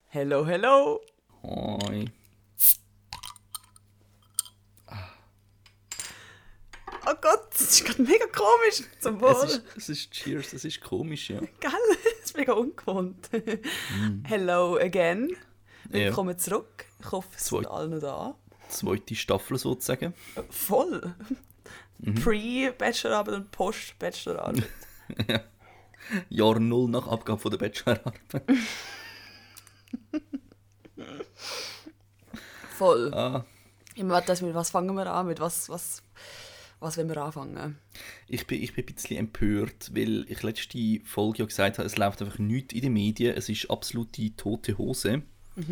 Hello, hello. Hoi. Oh Gott, das ist gerade mega komisch. Zum Wohl. Es ist Cheers, es ist komisch, ja. Gell? Das ist mega ungewohnt. Hello again. Willkommen zurück. Ich hoffe, es sind alle noch da. Zweite Staffel sozusagen. Voll. Pre-Bachelorarbeit und Post-Bachelorarbeit. Ja. Jahr 0 nach Abgabe von der Bachelorarbeit. Voll. Ah. Was fangen wir an? Mit was wollen wir anfangen? Ich bin ein bisschen empört, weil ich letzte Folge ja gesagt habe, es läuft einfach nichts in den Medien, es ist absolute tote Hose.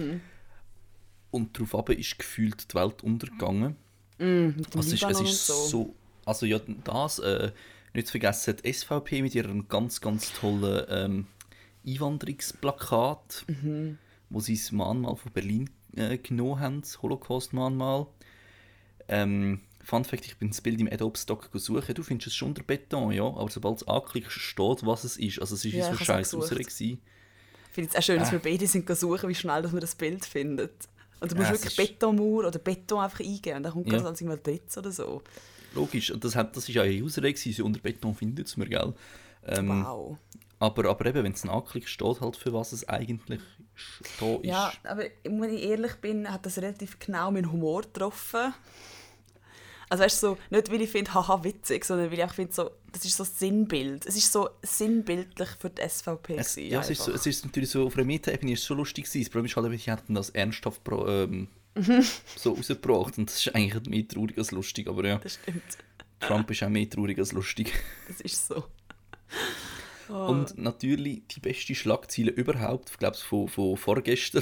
Und darauf ist gefühlt die Welt untergegangen. Es ist so. Also ja, das, nicht zu vergessen, die SVP mit ihrem ganz, ganz tollen Einwanderungsplakat, wo sie das Mahnmal von Berlin genommen haben, das Holocaust-Mahnmal. Fun Fact, ich bin das Bild im Adobe Stock suchen. Du findest es schon unter Beton, ja, aber sobald es anklickst, steht, was es ist. Also es ist so scheiße rausgekommen. Ich finde es auch schön, dass wir beide sind suchen, wie schnell dass man das Bild findet. Und du musst wirklich Betonmauer oder Beton einfach eingeben und dann kommt das als irgendwann Dritz oder so. Logisch, und das war ja eine User, sie unter Beton findet es mir, gell? Wow. Aber eben, wenn es dann anklickst, steht halt, für was es eigentlich da ist. Ja, aber wenn ich ehrlich bin, hat das relativ genau meinen Humor getroffen. Also weißt du, so, nicht weil ich finde, haha, witzig, sondern weil ich auch finde, so, das ist so ein Sinnbild. Es ist so sinnbildlich für die SVP. Es ist natürlich so, auf einer Meta-Ebene ist es schon lustig gewesen. Das Problem ist halt, ich hätte das ernsthaft so rausgebracht. Und das ist eigentlich mehr traurig als lustig, aber ja. Das stimmt. Trump ist auch mehr traurig als lustig. Das ist so. Oh. Und natürlich die beste Schlagzeile überhaupt, ich glaube von vorgestern,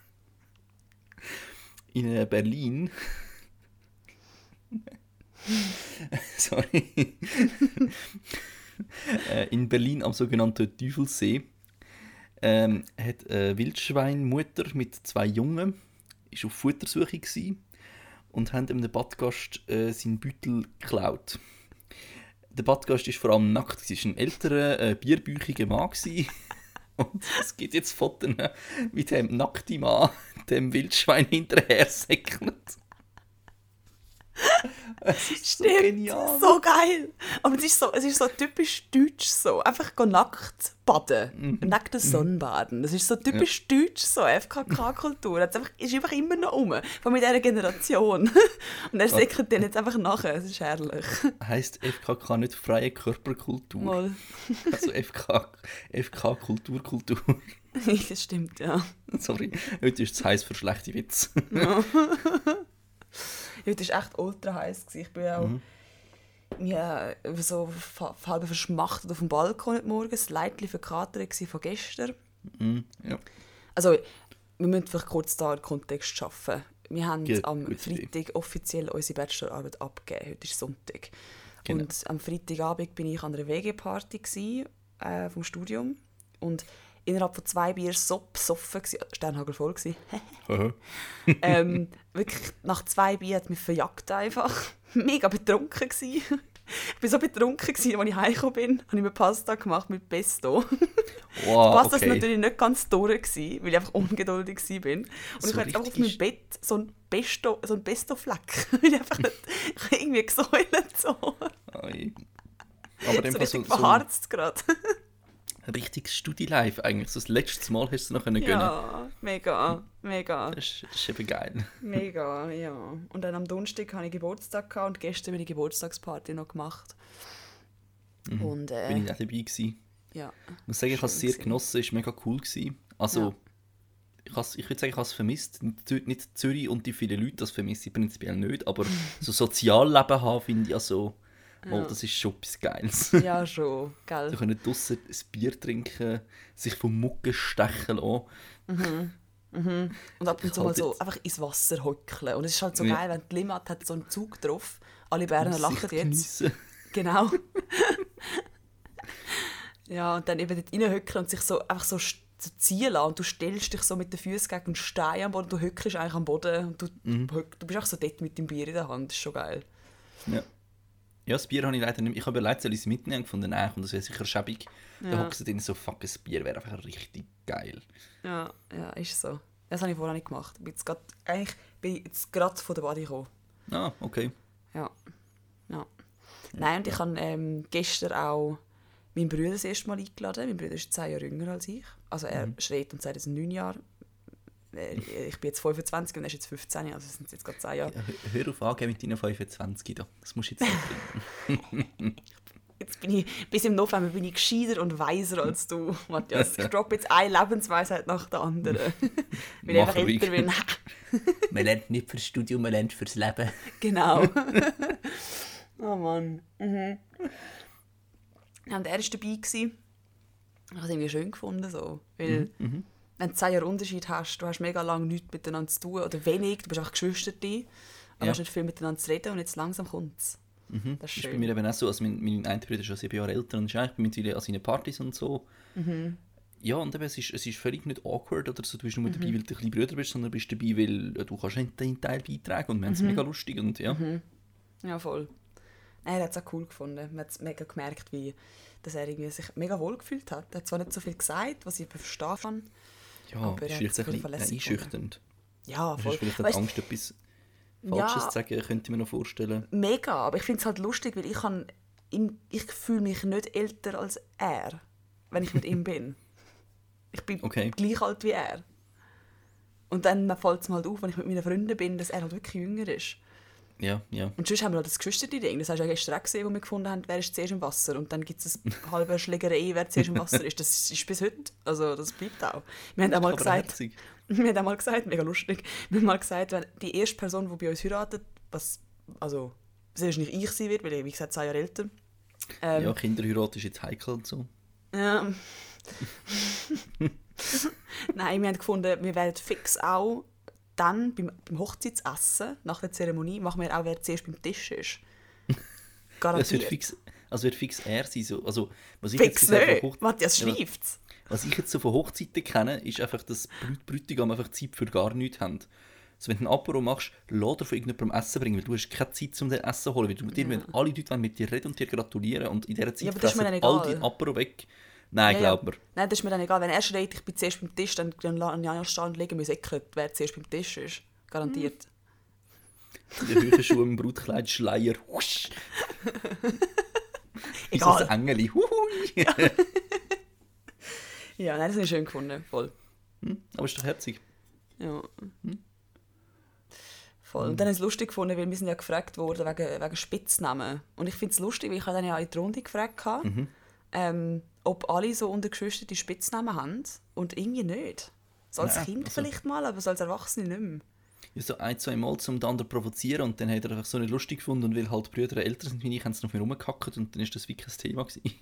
in Berlin. Sorry. In Berlin am sogenannten Teufelsee hat eine Wildschweinmutter mit 2 Jungen ist auf Futtersuche gewesen und haben einem Badgast seinen Beutel geklaut. Der Badgast ist vor allem nackt, es war ein älterer, bierbäuchiger Mann gewesen. Und es gibt jetzt Fotos, wie dem nackten Mann dem Wildschwein hinterher säckelt. Es ist so genial. So geil. Aber es ist so typisch deutsch so. Einfach nackt baden. Nacktes Sonnenbaden. Das ist so typisch deutsch so. FKK-Kultur. Es ist einfach immer noch rum. Von mit dieser Generation. Und er säckelt den jetzt einfach nachher. Es ist herrlich. Heisst FKK nicht freie Körperkultur? Mal. Also FK Kultur. Das stimmt, ja. Sorry, heute ist es heiß für schlechte Witze. Heute war echt ultra heiß. Ich bin auch so halb verschmachtet auf dem Balkon heute Morgen. Das Leitchen verkatert von gestern. Ja. Also, wir müssen vielleicht kurz da den Kontext schaffen. Wir haben am gute Freitag Idee. Offiziell unsere Bachelorarbeit abgegeben. Heute ist Sonntag. Genau. Und am Freitagabend war ich an einer WG-Party vom Studium. Und innerhalb von 2 Bier so besoffen gewesen, Sternhagel voll gewesen. Wirklich, nach 2 Bier hat mich verjagt einfach. Mega betrunken gewesen. Ich war so betrunken gewesen, als ich heimgekommen bin, habe ich mir Pasta gemacht mit Pesto. Wow, Pasta okay. war natürlich nicht ganz durch gewesen, weil ich einfach ungeduldig war. Und So ich hatte einfach auf richtig meinem Bett so ein Pesto-Fleck. Weil ich einfach nicht, ich habe irgendwie gesäulet so. Oi. Aber So richtig verharzt gerade. ein richtiges Studi-Life eigentlich. So das letzte Mal hast du noch gönnen. Ja, mega. Das ist eben geil. Mega, ja. Und dann am Donnerstag hatte ich Geburtstag gehabt und gestern habe ich die Geburtstagsparty noch gemacht. Und, Bin ich auch dabei gewesen. Ja. Ich muss sagen, ich habe es sehr genossen, es war mega cool gewesen. Also, ich würde sagen, ich habe es vermisst. Nicht Zürich und die vielen Leute, das vermisse ich prinzipiell nicht, aber so Sozialleben haben, finde ich also, das ist schon etwas Geiles. Ja, schon, gell. Sie können draussen ein Bier trinken, sich vom Mucken stechen lassen. Und ab und zu mal so einfach ins Wasser hockeln. Und es ist halt so geil, wenn die Limmat hat so einen Zug drauf. Alle Berner lachen jetzt. Geniessen. Genau. Ja, und dann eben dort reinhöckeln und sich so einfach so ziehen lassen. Und du stellst dich so mit den Füßen gegen einen Stein am Boden, du hückelst eigentlich am Boden und du bist auch so dort mit dem Bier in der Hand. Das ist schon geil. Ja. Ja, das Bier habe ich leider nicht. Ich habe überlegt, soll ich es mitnehmen von der Nähe und das wäre sicher schäbig. Ja. Da hockst du drin so, fuck, ein Bier wäre einfach richtig geil. Ja, ist so. Das habe ich vorher nicht gemacht. Eigentlich bin ich jetzt gerade von der Body gekommen. Ah, okay. Ja. Nein, und ich habe gestern auch meinen Bruder das erste Mal eingeladen. Mein Bruder ist 10 Jahre jünger als ich. Also er schreit und sagt, es sind 9 Jahre. Ich bin jetzt 25 und er ist jetzt 15, also es sind jetzt gerade 10 Jahre. Ja, hör auf angeben mit deinen 25 da. Das musst du jetzt nicht bringen. Jetzt bin ich, bis im November bin ich gescheiter und weiser als du, Matthias. Ich droppe jetzt eine Lebensweisheit nach der anderen. Weil ich einfach älter bin. Man lernt nicht fürs Studium, man lernt fürs Leben. Genau. Oh Mann. Und er war dabei. Ich habe es irgendwie schön gefunden. So. Weil, wenn du 10 Jahre Unterschied hast, du hast mega lange nichts miteinander zu tun oder wenig, du bist einfach Geschwister, aber hast nicht viel miteinander zu reden und jetzt langsam kommt es. Das ist bei mir eben auch so. Also mein einer Bruder ist schon 7 Jahre älter und ist eigentlich mittlerweile an seinen Partys und so. Ja, und eben, es ist völlig nicht awkward oder so. Du bist nur dabei, weil du ein bisschen Bruder bist, sondern du bist dabei, weil du kannst deinen Teil beitragen und wir haben es mega lustig und ja. Ja, voll. Er hat es auch cool gefunden. Man hat mega gemerkt, dass er irgendwie sich mega wohl gefühlt hat. Er hat zwar nicht so viel gesagt, was ich verstehen kann. Ja, aber ist vielleicht ein bisschen einschüchternd. Ja, voll. Hast du vielleicht Angst, etwas Falsches zu sagen, könnte ich mir noch vorstellen. Mega, aber ich finde es halt lustig, weil ich fühle mich nicht älter als er, wenn ich mit ihm bin. Ich bin gleich alt wie er. Und dann fällt es mir halt auf, wenn ich mit meinen Freunden bin, dass er halt wirklich jünger ist. Ja. Und sonst haben wir halt das Geschwisterding. Das hast du ja gestern auch gesehen, wo wir gefunden haben, wer ist zuerst im Wasser. Und dann gibt es eine halbe Schlägerei, wer zuerst im Wasser ist. Das ist bis heute. Also das bleibt auch. Wir haben auch mal gesagt, mega lustig, wir haben mal gesagt, wenn die erste Person, die bei uns heiratet, also sehr wahrscheinlich ich sein wird, weil ich, wie gesagt, 10 Jahre älter. Ja, Kinderheirat ist jetzt heikel und so. Ja. Nein, wir haben gefunden, wir werden fix auch dann beim Hochzeitsessen, nach der Zeremonie, machen wir auch, wer zuerst beim Tisch ist. Garantiert. Wird fix er sein. So. Also, was ich fix jetzt nicht. Matthias schreift's. Was ich jetzt so von Hochzeiten kenne, ist einfach, dass Bräutigam einfach Zeit für gar nichts haben. Also wenn du ein Apero machst, lass dir von irgendjemandem Essen bringen, weil du hast keine Zeit, um dir Essen zu holen. Weil alle Leute mit dir reden und dir gratulieren und in dieser Zeit fressen all die Apero weg. Nein, glaub mir. Nein, das ist mir dann egal. Wenn er schreit, ich bin zuerst beim Tisch, dann lasse ich ja stehen und legen, wer zuerst beim Tisch ist. Garantiert. Die hohen Schuhe im Brautkleid, Schleier. Husch. Egal. So ein Engeli. Ja, nein, das habe ich schön gefunden. Voll. Aber ist doch herzig. Ja. Voll. Und dann habe ich es lustig gefunden, weil wir sind ja gefragt worden wegen Spitznamen. Und ich finde es lustig, weil ich dann ja in die Runde gefragt habe, ob alle so unter Geschwistern Spitznamen haben und irgendwie nicht. So als Kind vielleicht mal, aber so als Erwachsene nicht mehr. Ja, so 1-2 Mal zum den anderen provozieren und dann hat er einfach so nicht lustig gefunden und weil halt Brüder älter sind wie ich, haben sie noch mehr rumgehackt und dann ist das wirklich ein Thema gewesen.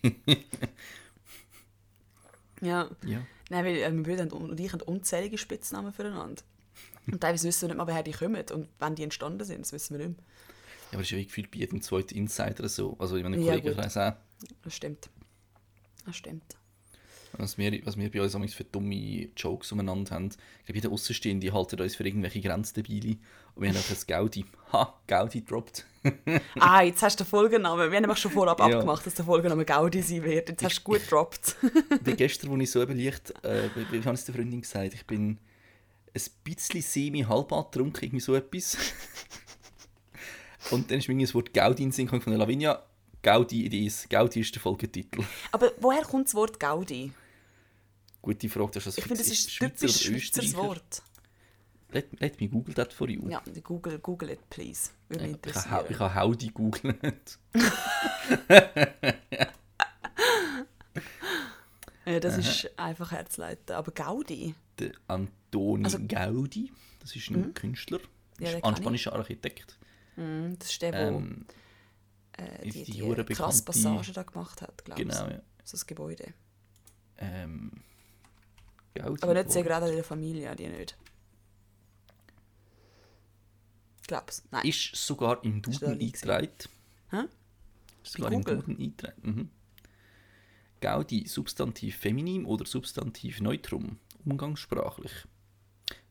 Ja. Nein, weil mein Bruder und ich haben unzählige Spitznamen füreinander. Und teilweise wissen wir nicht mal, woher die kommen und wann die entstanden sind, das wissen wir nicht mehr. Ja, aber das ist ja wie gefühlt bei jedem zweiten Insider so. Also ich meine, Kollegen weiss auch. Das stimmt. Was wir bei uns für dumme Jokes umeinander haben. Ich glaube, jeder Aussenstehende haltet uns für irgendwelche Grenzdebile. Und wir haben einfach das Gaudi. Gaudi droppt. Jetzt hast du den Folgennamen. Wir haben schon vorab abgemacht, dass der Folgenname Gaudi sein wird. Jetzt hast du gut gedroppt. Wie gestern, als ich so überlegt, wie habe ich es der Freundin gesagt? Ich bin ein bisschen semi-halb angetrunken, irgendwie so etwas. Und dann ist mir das Wort Gaudi in den Sinn gekommen von der Lavinia. Gaudi ist der Folgetitel. Aber woher kommt das Wort Gaudi? Gute Frage. Das ich finde, das ist ein typisch Schweizer Wort. Let me Google that for you. Ja, Google it, please. Würde mich interessieren. Ich habe Howdy googelt. Ja, das ist einfach herzleiten. Aber Gaudi? Der Antoni Gaudi, das ist ein Künstler. Das ist ein spanischer Architekt. Das ist der, der die Krasspassage da gemacht hat, glaube ich. Genau, ja. So das Gebäude. Gaudi, aber nicht sehr gerade in der Familie, die nicht. Glaub's. Nein. Ist sogar im Duden eingetragen. Hä? Ist sogar im Duden eingetragen. Gaudi, Substantiv Feminim oder Substantiv Neutrum, umgangssprachlich.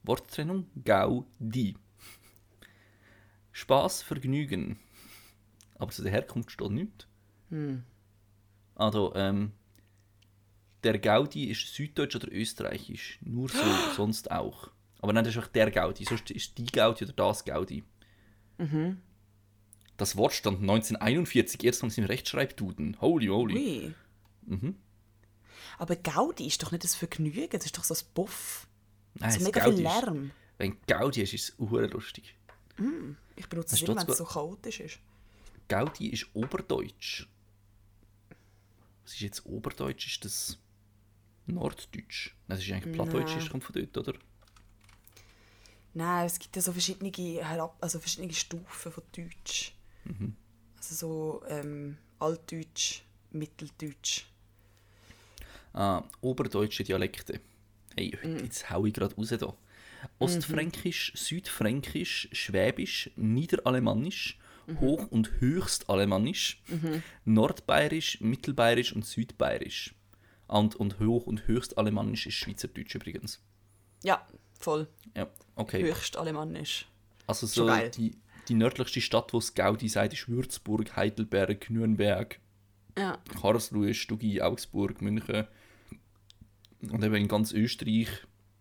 Worttrennung Gaudi. Spaß, Vergnügen. Aber zu der Herkunft steht nichts. Also, der Gaudi ist süddeutsch oder österreichisch. Nur so, sonst auch. Aber nein, das ist einfach der Gaudi. Sonst ist die Gaudi oder das Gaudi. Das Wort stand 1941 erstmals im Rechtschreibduden. Holy. Ui. Aber Gaudi ist doch nicht das Vergnügen, das ist doch so ein Buff. Nein, so das mega Gaudi viel Lärm. Wenn Gaudi ist es lustig. Ich benutze es immer, wenn es so chaotisch ist. Gaudi ist Oberdeutsch. Was ist jetzt Oberdeutsch? Ist das Norddeutsch? Das ist eigentlich Plattdeutsch, das kommt von dort, oder? Nein, es gibt ja so verschiedene Stufen von Deutsch. Also so Altdeutsch, Mitteldeutsch. Oberdeutsche Dialekte. Hey, jetzt hau ich gerade raus da. Ostfränkisch, Südfränkisch, Schwäbisch, Niederalemannisch, Hoch- und Höchstalemannisch, Nordbayerisch, Mittelbayerisch und Südbayerisch. Und Hoch- und Höchstalemannisch ist Schweizerdeutsch übrigens. Ja, voll. Ja, okay. Höchstalemannisch. Also so die nördlichste Stadt, wo es Gaudi sagt, ist Würzburg, Heidelberg, Nürnberg, Karlsruhe, Stuggi, Augsburg, München. Und eben in ganz Österreich,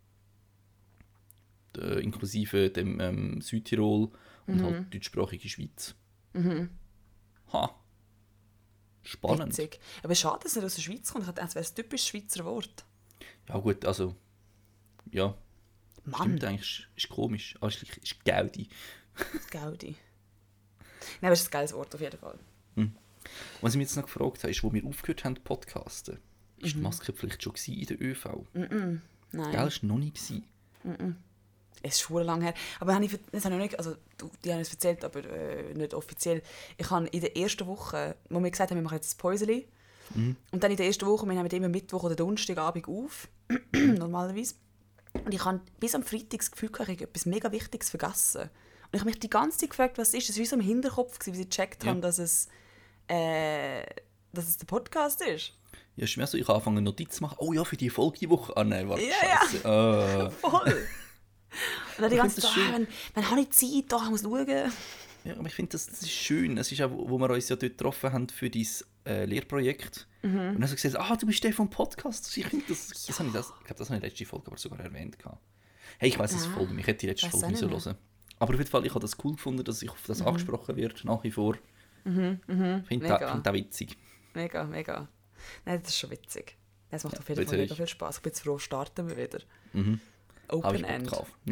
inklusive dem Südtirol und halt deutschsprachige Schweiz. Ha. Spannend. Witzig. Aber schade, dass er aus der Schweiz kommt. Ich dachte, es wäre ein typisches Schweizer Wort. Ja gut, also, ja. Mann. Stimmt eigentlich, ist komisch. Aber es ist Gaudi. Gaudi. Nein, aber es ist ein geiles Wort auf jeden Fall. Was ich mich jetzt noch gefragt habe, ist, wo wir aufgehört haben zu podcasten, ist die Maskenpflicht schon in der ÖV? Nein. Gell, ist noch nicht. Es ist schon lange her. Aber das habe ich noch nicht, also die haben es erzählt, aber nicht offiziell. Ich habe in der ersten Woche, wo wir gesagt haben, wir machen jetzt ein Päuschen, und dann in der ersten Woche, wir nehmen immer Mittwoch oder Donnerstagabend auf, normalerweise. Und ich habe bis am Freitag das Gefühl, ich habe etwas mega Wichtiges vergessen. Und ich habe mich die ganze Zeit gefragt, was ist. Es war wie so im Hinterkopf, wie sie gecheckt haben, dass es der Podcast ist. Ja, ist mir so, ich habe angefangen, Notizen zu machen. Oh ja, für die Folge die Woche. Nein, warte, Scheiße. Voll. Und dann die ganze Zeit, wenn habe ich Zeit, da muss ich schauen. Ja, aber ich finde, das ist schön. Es ist auch, wo wir uns ja dort getroffen haben für dein Lehrprojekt. Und dann hast du gesagt, du bist der vom Podcast. Ich finde, ich glaube, das habe ich in der letzten Folge aber sogar erwähnt. Hey, ich weiss es voll, ich hätte die letzte Folge nicht so hören. Aber auf jeden Fall, ich habe das cool gefunden, dass ich auf das angesprochen wird, nach wie vor. Ich finde das witzig. Mega. Nein, das ist schon witzig. Das macht auf jeden Fall mega viel Spass. Ich bin jetzt froh, starten wir wieder. Open End.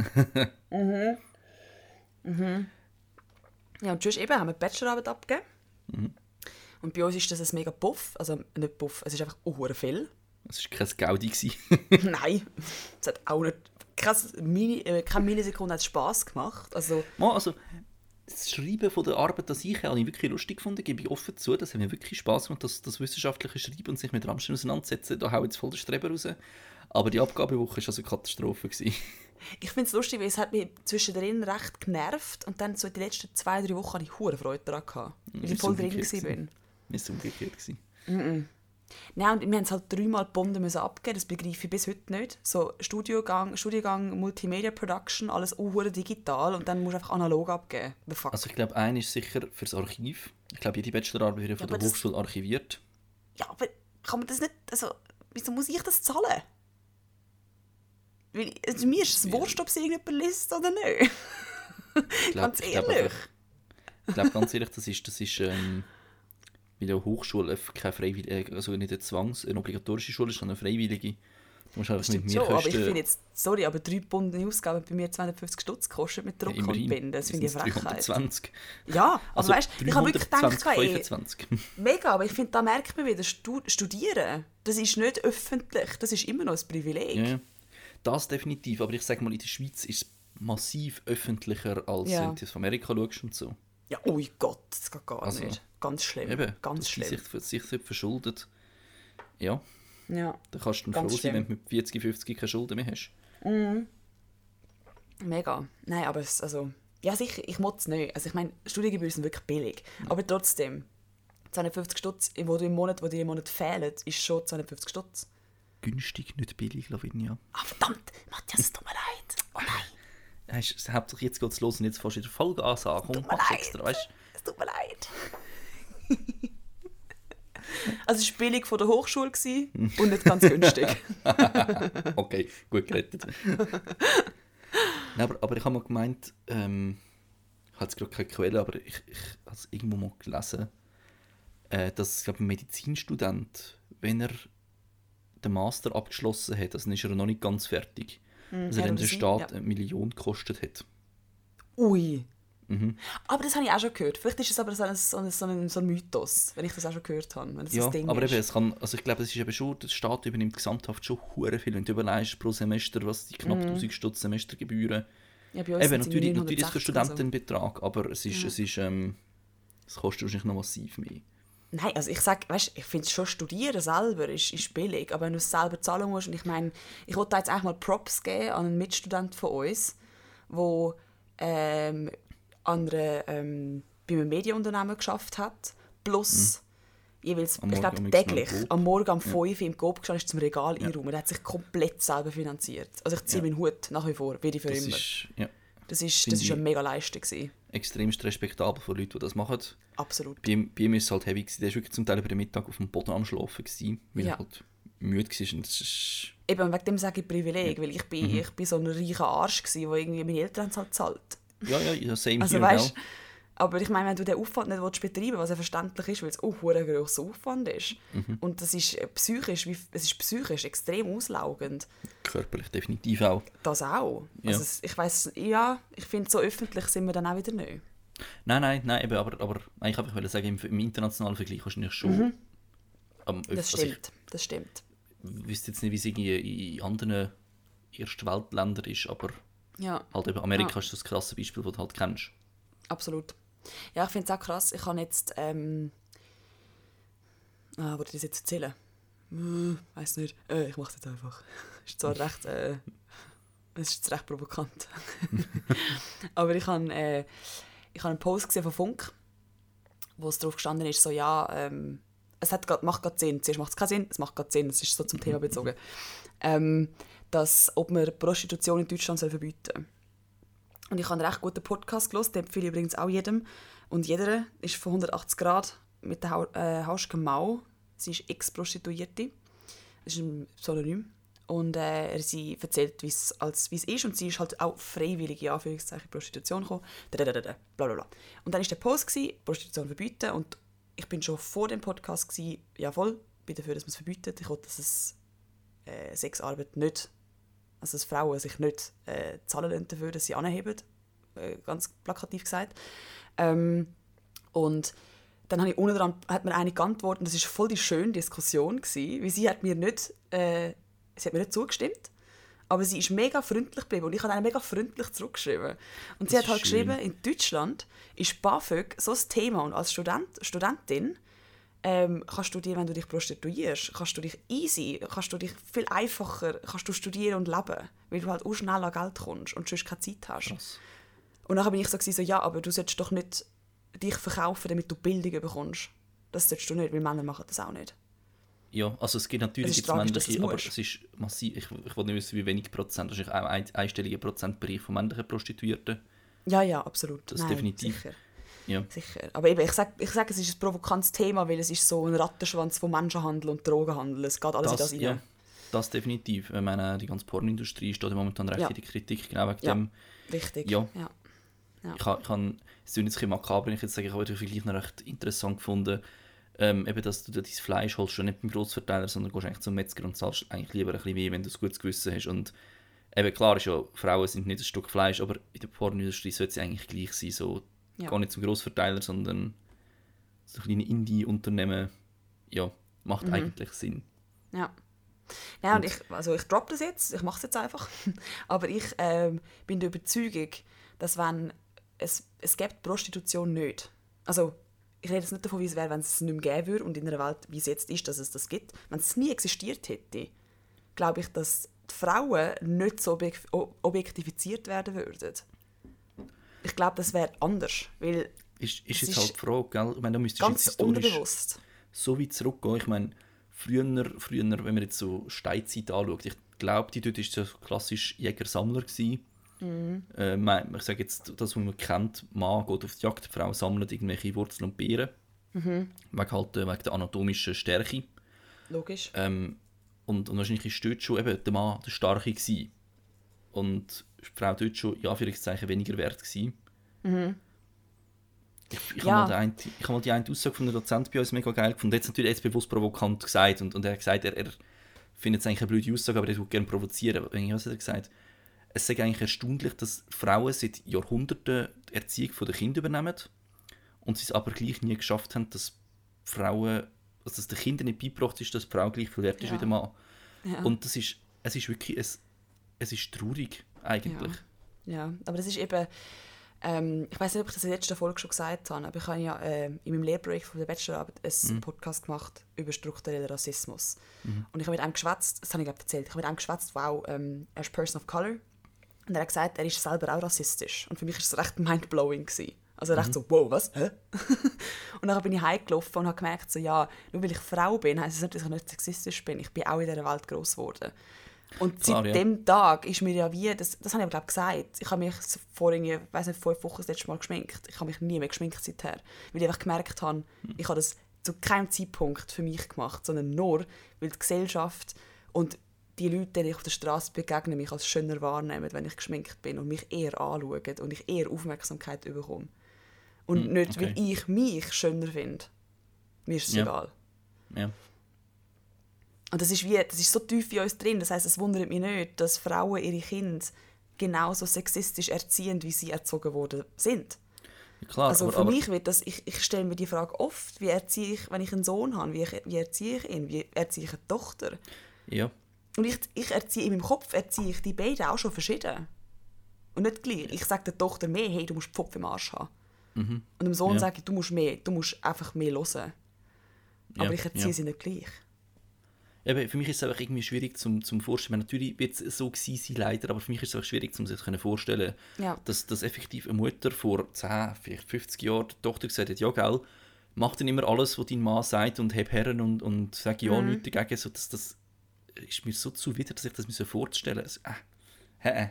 Ja, und sonst eben haben wir die Bachelorarbeit abgegeben. Und bei uns ist das ein mega Puff. Also nicht Puff, es ist einfach viel. Es war kein Gaudi. Nein, es hat auch nicht... Keine Millisekunde hat es Spass gemacht. Also das Schreiben von der Arbeit an sich habe ich wirklich lustig gefunden, gebe ich offen zu. Das hat mir wirklich Spass gemacht, das wissenschaftliche Schreiben und sich mit Rammstein auseinandersetzen. Da hau jetzt voll der Streber raus. Aber die Abgabewoche war also eine Katastrophe. Ich finde es lustig, weil es hat mich zwischendrin recht genervt und dann so die letzten 2-3 Wochen hatte ich hure Freude daran gehabt, weil ich voll drin war. Mir war es umgekehrt. Nein, und wir haben es halt 3-mal Bonden abgeben, das begreife ich bis heute nicht. So Studiengang Multimedia Production, alles hure digital und dann musst du einfach analog abgeben. Also ich glaube, einer ist sicher fürs Archiv. Ich glaube, jede Bachelorarbeit wird von der Hochschule archiviert. Ja, aber kann man das nicht, also wieso muss ich das zahlen? Weil, also, mir ist es wurscht, ob es irgendjemand liest oder nicht. Ganz ehrlich. Ich glaube ganz ehrlich, das ist bei der Hochschule keine freiwillige, also nicht eine obligatorische Schule, sondern eine freiwillige. Du musst einfach mit mir schon, aber ich finde jetzt, sorry, aber 3 gebundene Ausgaben bei mir 250 Stutz gekostet mit Druck und Binden. Das finde ich eine Frechheit. 320. Ja, aber also weißt du, ich habe wirklich gedacht, 25. Mega, aber ich finde, da merkt man wieder, Studieren, das ist nicht öffentlich, das ist immer noch ein Privileg. Ja, das definitiv, aber ich sage mal, in der Schweiz ist es massiv öffentlicher, als wenn du aus Amerika schaust und so. Ja, oh Gott, das geht gar nicht. Ganz schlimm. Eben, ganz schlimm. Sich verschuldet. Ja. Ja. Dann kannst du froh sein, wenn du mit 40, 50 keine Schulden mehr hast. Mega. Nein, aber ja sicher, ich muss es nicht. Also ich meine, Studiengebühren sind wirklich billig. Aber trotzdem, 250 Stutz, die dir im Monat fehlen, ist schon 250 Stutz. Günstig, nicht billig, Lavinia. Verdammt, Matthias, es tut mir leid. Oh nein. Hauptsächlich jetzt geht es los und jetzt fährst du in der Folge ansagen. Es tut mir leid. Es tut mir leid. Also es war billig von der Hochschule und nicht ganz günstig. Okay, gut gerettet. Nein, aber ich habe mal gemeint, ich habe jetzt gerade keine Quelle, aber ich habe es irgendwo mal gelesen, dass, glaube ich, ein Medizinstudent, wenn er den Master abgeschlossen hat, also dann ist er noch nicht ganz fertig, dass er dann den Staat 1 Million gekostet hat. Ui. Aber das habe ich auch schon gehört. Vielleicht ist es aber so ein Mythos, wenn ich das auch schon gehört habe. Wenn das Ja, ein Ding aber ist. eben, ich glaube, es ist eben schon, der Staat übernimmt gesamthaft schon hure viel. Wenn du überlegst pro Semester, was die knapp 1000 Stutz Semestergebühren. Ja, bei uns eben, sind sie natürlich ist es für 960 Studenten ein Betrag, aber es kostet wahrscheinlich noch massiv mehr. Nein, also ich sage, weißt, ich finde schon, Studieren selber ist billig, aber wenn du es selber zahlen musst, und ich meine, ich wollte jetzt eigentlich mal Props geben an einen Mitstudent von uns, der bei einem Medienunternehmen geschafft hat, plus jeweils, ich glaube täglich, am Morgen um 5 Uhr im Coop gestanden ist zum Regal einräumen. Der hat sich komplett selber finanziert. Also ich ziehe meinen Hut nach wie vor, wie für immer. Das ist eine mega Leistung gewesen. Extremst respektabel von Leuten, die das machen. Absolut. Bei ihm war es halt heavy gewesen. Der war wirklich zum Teil über den Mittag auf dem Boden am Schlafen gewesen, weil er halt müde war. Und das ist... Eben, wegen dem sage ich Privileg, weil ich bin so ein reicher Arsch gewesen, wo irgendwie meine Eltern es halt zahlt. Ja, same also, hier, weißt, aber ich meine, wenn du den Aufwand nicht betreiben willst, was ja verständlich ist, weil es auch ein grosser Aufwand ist, und das ist psychisch extrem auslaugend. Körperlich definitiv auch. Das auch. Ja. Also ich finde, so öffentlich sind wir dann auch wieder nicht. Nein, eben, aber ich wollte sagen, im internationalen Vergleich wahrscheinlich schon. Das stimmt. Ich wüsste jetzt nicht, wie es irgendwie in anderen Erstweltländern ist, aber halt eben Amerika ist so ein krasses Beispiel, das du halt kennst. Absolut. Ja, ich finde es auch krass. Ich kann jetzt... wollte ich das jetzt erzählen? Weiss nicht. Ich mache es jetzt einfach. Ist zwar recht... es ist recht provokant. Aber ich habe einen Post gesehen von Funk, wo es drauf gestanden ist, so es macht gerade Sinn. Zuerst macht es keinen Sinn, es macht gerade Sinn. Es ist so zum Thema bezogen. Ob man Prostitution in Deutschland verbieten soll. Und ich habe einen recht guten Podcast gehört, den empfehle ich übrigens auch jedem. Und jeder ist von 180 Grad mit der Hauschke Mau. Sie ist Ex-Prostituierte. Das ist ein Pseudonym. Und sie erzählt, wie es ist. Und sie ist halt auch freiwillig in Anführungszeichen Prostitution gekommen. Blablabla. Und dann war der Post, Prostitution verbieten. Und ich bin schon vor dem Podcast, ja voll, bin dafür, dass man es verbietet. Ich wollte, dass es Sexarbeit nicht, also dass Frauen sich nicht zahlen lassen dafür, dass sie anheben. Ganz plakativ gesagt. Und dann habe ich unten dran, hat mir eine geantwortet, und das war voll die schöne Diskussion gewesen, weil sie hat mir nicht zugestimmt, aber sie ist mega freundlich geblieben und ich habe dann mega freundlich zurückgeschrieben. Und sie hat halt geschrieben, in Deutschland ist BAföG so ein Thema und als Studentin kannst du dir, wenn du dich prostituierst, kannst du dich viel einfacher kannst du studieren und leben, weil du halt auch schnell an Geld kommst und sonst keine Zeit hast. Krass. Und dann bin ich so, ja, aber du solltest doch nicht dich verkaufen, damit du Bildung bekommst. Das solltest du nicht, weil Männer machen das auch nicht. Ja, also es gibt natürlich männliche, aber es ist massiv, ich will nicht wissen, wie wenig Prozent, das ist auch ein einstelliger Prozentbereich von männlichen Prostituierten. Ja, absolut. Das definitiv. Sicher. Ja. Sicher. Aber eben, ich sag, es ist ein provokantes Thema, weil es ist so ein Rattenschwanz von Menschenhandel und Drogenhandel. Es geht alles in das rein. Ja, das definitiv. Ich meine, die ganze Pornindustrie steht momentan recht in der Kritik, genau wegen dem. Richtig. Ja. Ich habe es klingt jetzt ein bisschen makaber, ich jetzt sage, ich habe den Vergleich noch recht interessant gefunden. Eben, dass du dein Fleisch holst, schon nicht beim Grossverteiler, sondern gehst eigentlich zum Metzger und zahlst eigentlich lieber ein bisschen mehr, wenn du ein gutes Gewissen hast. Und eben, klar ist ja, Frauen sind nicht ein Stück Fleisch, aber in der Pornindustrie sollte es eigentlich gleich sein. So, gar nicht zum Grossverteiler, sondern so kleine Indie-Unternehmen, macht eigentlich Sinn. Ja. Ja, und ich droppe das jetzt, ich mache es jetzt einfach, aber ich bin der Überzeugung, dass wenn es gibt Prostitution nicht. Also, ich rede jetzt nicht davon, wie es wäre, wenn es nicht mehr geben würde und in einer Welt, wie es jetzt ist, dass es das gibt. Wenn es nie existiert hätte, glaube ich, dass die Frauen nicht so objektifiziert werden würden. Ich glaube, das wäre anders. Weil ist jetzt halt die Frage, gell? Ich meine, da müsstest ganz jetzt unbewusst so weit zurückgehen. Ich meine, früher, wenn man jetzt so Steinzeit anschaut, ich glaube, die dort war so klassisch Jäger-Sammler gewesen. Ich sage jetzt, das, was man kennt, Mann geht auf die Jagd, die Frau sammelt irgendwelche Wurzeln und Beeren. Mhm. Wegen der anatomischen Stärke. Logisch. Und wahrscheinlich war dort schon eben der Mann der Starke gewesen. Und die Frau dort schon, in Anführungszeichen, weniger wert gewesen. Mhm. Ich Ja. habe mal die eine Aussage von einem Dozent bei uns mega geil gefunden. Er hat es natürlich jetzt bewusst provokant gesagt. Und er hat gesagt, er findet es eigentlich eine blöde Aussage, aber er würde gerne provozieren. Was hat er gesagt? Es ist eigentlich erstaunlich, dass Frauen seit Jahrhunderten die Erziehung der Kinder übernehmen und sie es aber gleich nie geschafft haben, dass Frauen, also dass den Kindern nicht beigebracht ist, dass die Frau gleich viel wert ist wie der Mann. Ja. Und es ist wirklich, es ist traurig eigentlich. Ja, aber das ist eben, ich weiß nicht, ob ich das in der letzten Folge schon gesagt habe, aber ich habe ja in meinem Lehrbreak von der Bachelorarbeit einen Podcast gemacht über strukturellen Rassismus. Und ich habe mit einem geschwätzt, das habe ich glaube erzählt, ich habe mit einem geschwätzt, wow, er ist Person of Color. Und er hat gesagt, er ist selber auch rassistisch. Und für mich war es recht mindblowing gewesen. Also recht so, wow, was? Hä? Und dann bin ich heimgelaufen und habe gemerkt, so, ja, nur weil ich Frau bin, heisst es nicht, dass ich nicht sexistisch bin. Ich bin auch in dieser Welt gross geworden. Und Klar, seit dem Tag ist mir ja wie, das habe ich aber glaube gesagt, ich habe mich vor irgendwie, weiss nicht, 5 Wochen das letzte Mal geschminkt. Ich habe mich nie mehr geschminkt seither. Weil ich einfach gemerkt habe, ich habe das zu keinem Zeitpunkt für mich gemacht, sondern nur, weil die Gesellschaft und die Leute, denen ich auf der Straße begegne, mich als schöner wahrnehmen, wenn ich geschminkt bin und mich eher anschauen und ich eher Aufmerksamkeit bekomme. Und nicht, weil ich mich schöner finde. Mir ist es egal. Ja. Und das ist so tief in uns drin. Das heisst, es wundert mich nicht, dass Frauen ihre Kinder genauso sexistisch erziehen, wie sie erzogen worden sind. Ja, klar, Also aber, für mich wird das, ich stelle mir die Frage oft, wie erziehe ich, wenn ich einen Sohn habe, wie erziehe ich ihn, wie erziehe ich eine Tochter? Ja. Und ich erziehe, in meinem Kopf erziehe ich die beiden auch schon verschieden. Und nicht gleich. Ich sage der Tochter mehr, hey, du musst Pfupf im Arsch haben. Und dem Sohn sage ich, du musst einfach mehr hören. Aber ich erziehe sie nicht gleich. Eben, für mich ist es einfach irgendwie schwierig zum Vorstellen. Natürlich wird es so gewesen sein, leider, aber für mich ist es auch schwierig, um sich vorstellen, dass effektiv eine Mutter vor 10, vielleicht 50 Jahren die Tochter gesagt hat, ja, gell, mach dann immer alles, was dein Mann sagt und heb Herren und sag ja nichts dagegen. So, das ist mir so zuwider, dass ich das mir vorstellen muss. Ja.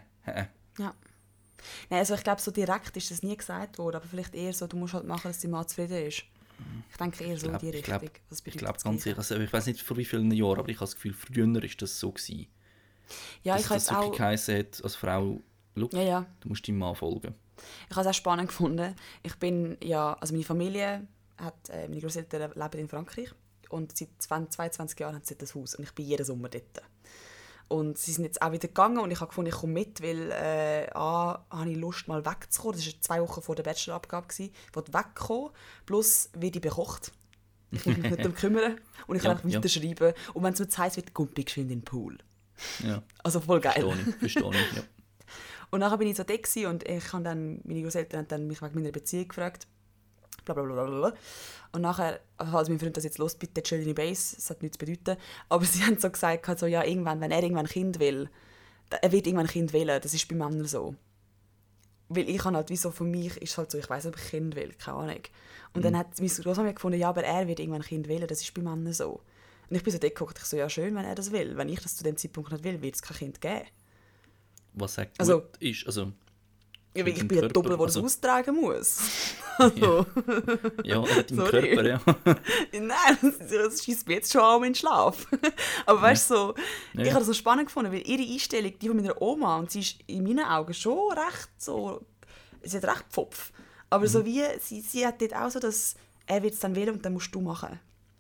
Nein, also ich glaube, so direkt ist das nie gesagt worden, aber vielleicht eher so, du musst halt machen, dass dein Mann zufrieden ist. Ich denke eher so in die Richtung. Ich glaube ganz ehrlich, also ich weiß nicht vor wie vielen Jahren, aber ich habe das Gefühl, früher war das so gewesen. Ja, dass ich habe es auch... geheißen hat, als Frau, du musst deinem Mann folgen. Ich habe es auch spannend gefunden. Ich bin ja, also meine Familie meine Großeltern leben in Frankreich und seit 22 Jahren haben sie das Haus und ich bin jeden Sommer dort. Und sie sind jetzt auch wieder gegangen und ich habe gefunden, ich komme mit, weil habe ich Lust, mal wegzukommen. Das war 2 Wochen vor der Bachelorabgabe. Ich wollte wegkommen, plus werde ich bekocht. Ich muss mich nicht darum kümmern und ich kann einfach weiterschreiben. Und wenn es mir heiß wird, kommt ich geschwind in den Pool. Ja. Also voll geil. Verstehe ich, ja. Und nachher bin ich so da und meine Großeltern haben dann mich wegen meiner Beziehung gefragt. Blablabla. Und nachher, also mein Freund das jetzt los, bitte chill deine Base, das hat nichts zu bedeuten. Aber sie haben so gesagt, so, ja, irgendwann, wenn er irgendwann ein Kind will, er wird irgendwann ein Kind wählen, das ist bei Männern so. Weil ich habe halt, wie so für mich ist halt so, ich weiss nicht, ob ich ein Kind will, keine Ahnung. Und dann hat meine Großmama gefunden, ja, aber er wird irgendwann ein Kind wählen, das ist bei Männern so. Und ich bin so dort geguckt, ich so, ja schön, wenn er das will. Wenn ich das zu dem Zeitpunkt nicht will, wird es kein Kind geben. Was sagt also, gut ist, also... Ja, ich bin ja doppelt, der das austragen muss. Also. Ja, oder dein Körper, ja. Nein, das schießt mir jetzt schon an meinen Schlaf. Aber weißt du, so, ich habe das so spannend gefunden, weil ihre Einstellung, die von meiner Oma, und sie ist in meinen Augen schon recht so, sie hat recht Pfopf. Aber so wie, sie hat dort auch so, dass er wird es dann wählen und dann musst du machen.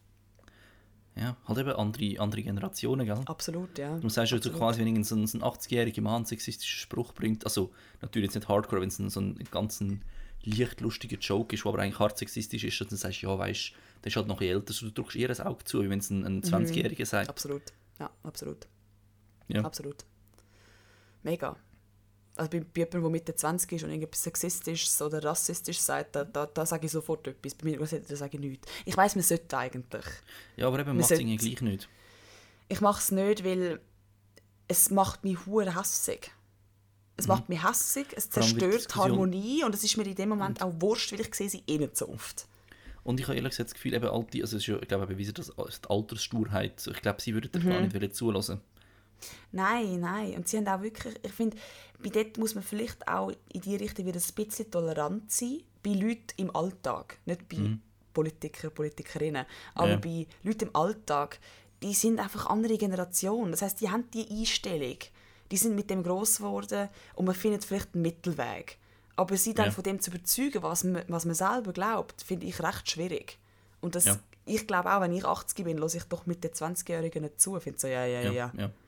Ja, halt eben andere Generationen, gell? Absolut, ja. Du sagst also quasi, wenn so ein 80-jähriger Mann einen sexistischen Spruch bringt, also natürlich jetzt nicht hardcore, wenn es so ein ganz leicht lustiger Joke ist, der aber eigentlich hart sexistisch ist, dann sagst du, ja, weißt du, der ist halt noch älter, so, du drückst eher ein Auge zu, wie wenn es ein 20-Jähriger sagt. Absolut, ja, absolut. Ja. Absolut. Mega. Also bei jemandem, der Mitte 20 ist und irgendetwas Sexistisches oder Rassistisches sagt, da sage ich sofort etwas. Bei mir sage ich nichts. Ich weiss, man sollte eigentlich. Ja, aber eben, macht es irgendwie gleich nicht. Ich mache es nicht, weil es macht mich hure hässig. Es macht mich hässig, es zerstört die Harmonie und es ist mir in dem Moment auch wurscht, weil ich sehe sie eh nicht so oft. Und ich habe ehrlich gesagt das Gefühl, eben alte, also es ist ja, ich glaube, bewiesen, dass die Alterssturheit, ich glaube, sie würden da gar nicht zulassen. Nein. Und sie haben auch wirklich, ich finde, bei dort muss man vielleicht auch in die Richtung wieder ein bisschen tolerant sein, bei Leuten im Alltag, nicht bei Politiker, Politikerinnen. Aber bei Leuten im Alltag, die sind einfach andere Generation. Das heisst, die haben die Einstellung. Die sind mit dem gross geworden und man findet vielleicht einen Mittelweg. Aber sie dann von dem zu überzeugen, was man selber glaubt, finde ich recht schwierig. Und das, ich glaube auch, wenn ich 80 bin, höre ich doch mit den 20-Jährigen nicht zu. Ich finde so, ja.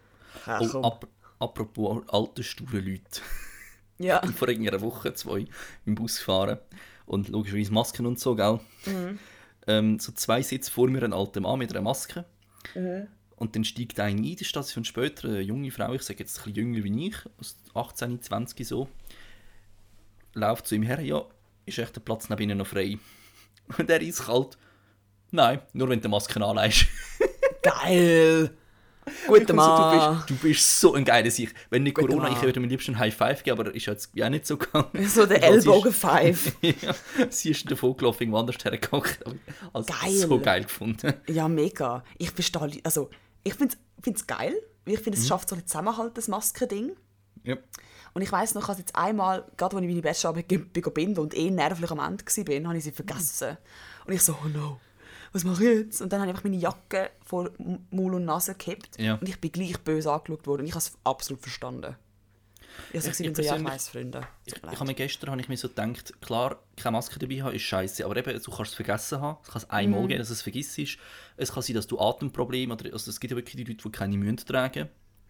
Apropos alte, sture Leute. Ja. Ich bin vor einer Woche, 2 im Bus gefahren und logischerweise Masken und so, gell? So 2 Sitze vor mir ein alter Mann mit einer Maske. Und dann steigt einer ein, die Station später, eine junge Frau, ich sage jetzt ein bisschen jünger wie ich, 18, 20 so, läuft zu ihm her, ja, ist echt der Platz neben ihnen noch frei. Und er ist kalt. Nein, nur wenn du die Maske anlegst. Geil! Guter Mann! Du bist so ein geiler Sieg. Wenn nicht Corona, ich würde mir liebsten ein High Five geben, aber ist jetzt ja nicht so gegangen. So der Ellbogen-Five. Ja, sie ist davon gelaufen, irgendwo anders hergegangen. Also geil! So geil gefunden. Ja, mega. Ich verstehe, also ich finde es geil. Ich finde, es schafft so ein Zusammenhalt, das Maskending. Ja. Und ich weiss noch, ich habe jetzt einmal, gerade als ich meine Bachelorarbeit binden und nervlich am Ende war, habe ich sie vergessen. Und ich so, oh no, was mache ich jetzt? Und dann habe ich einfach meine Jacke vor Maul und Nase gekippt. Ja. Und ich bin gleich böse angeschaut worden. Und ich habe es absolut verstanden. Ich weiss, Freunde. Ich habe mir gestern so gedacht, klar, keine Maske dabei haben ist scheiße, aber eben, du kannst es vergessen haben. Es kann es einmal geben, dass es vergisst ist. Es kann sein, dass du Atemprobleme oder also es gibt ja wirklich die Leute, die keine Mühen tragen.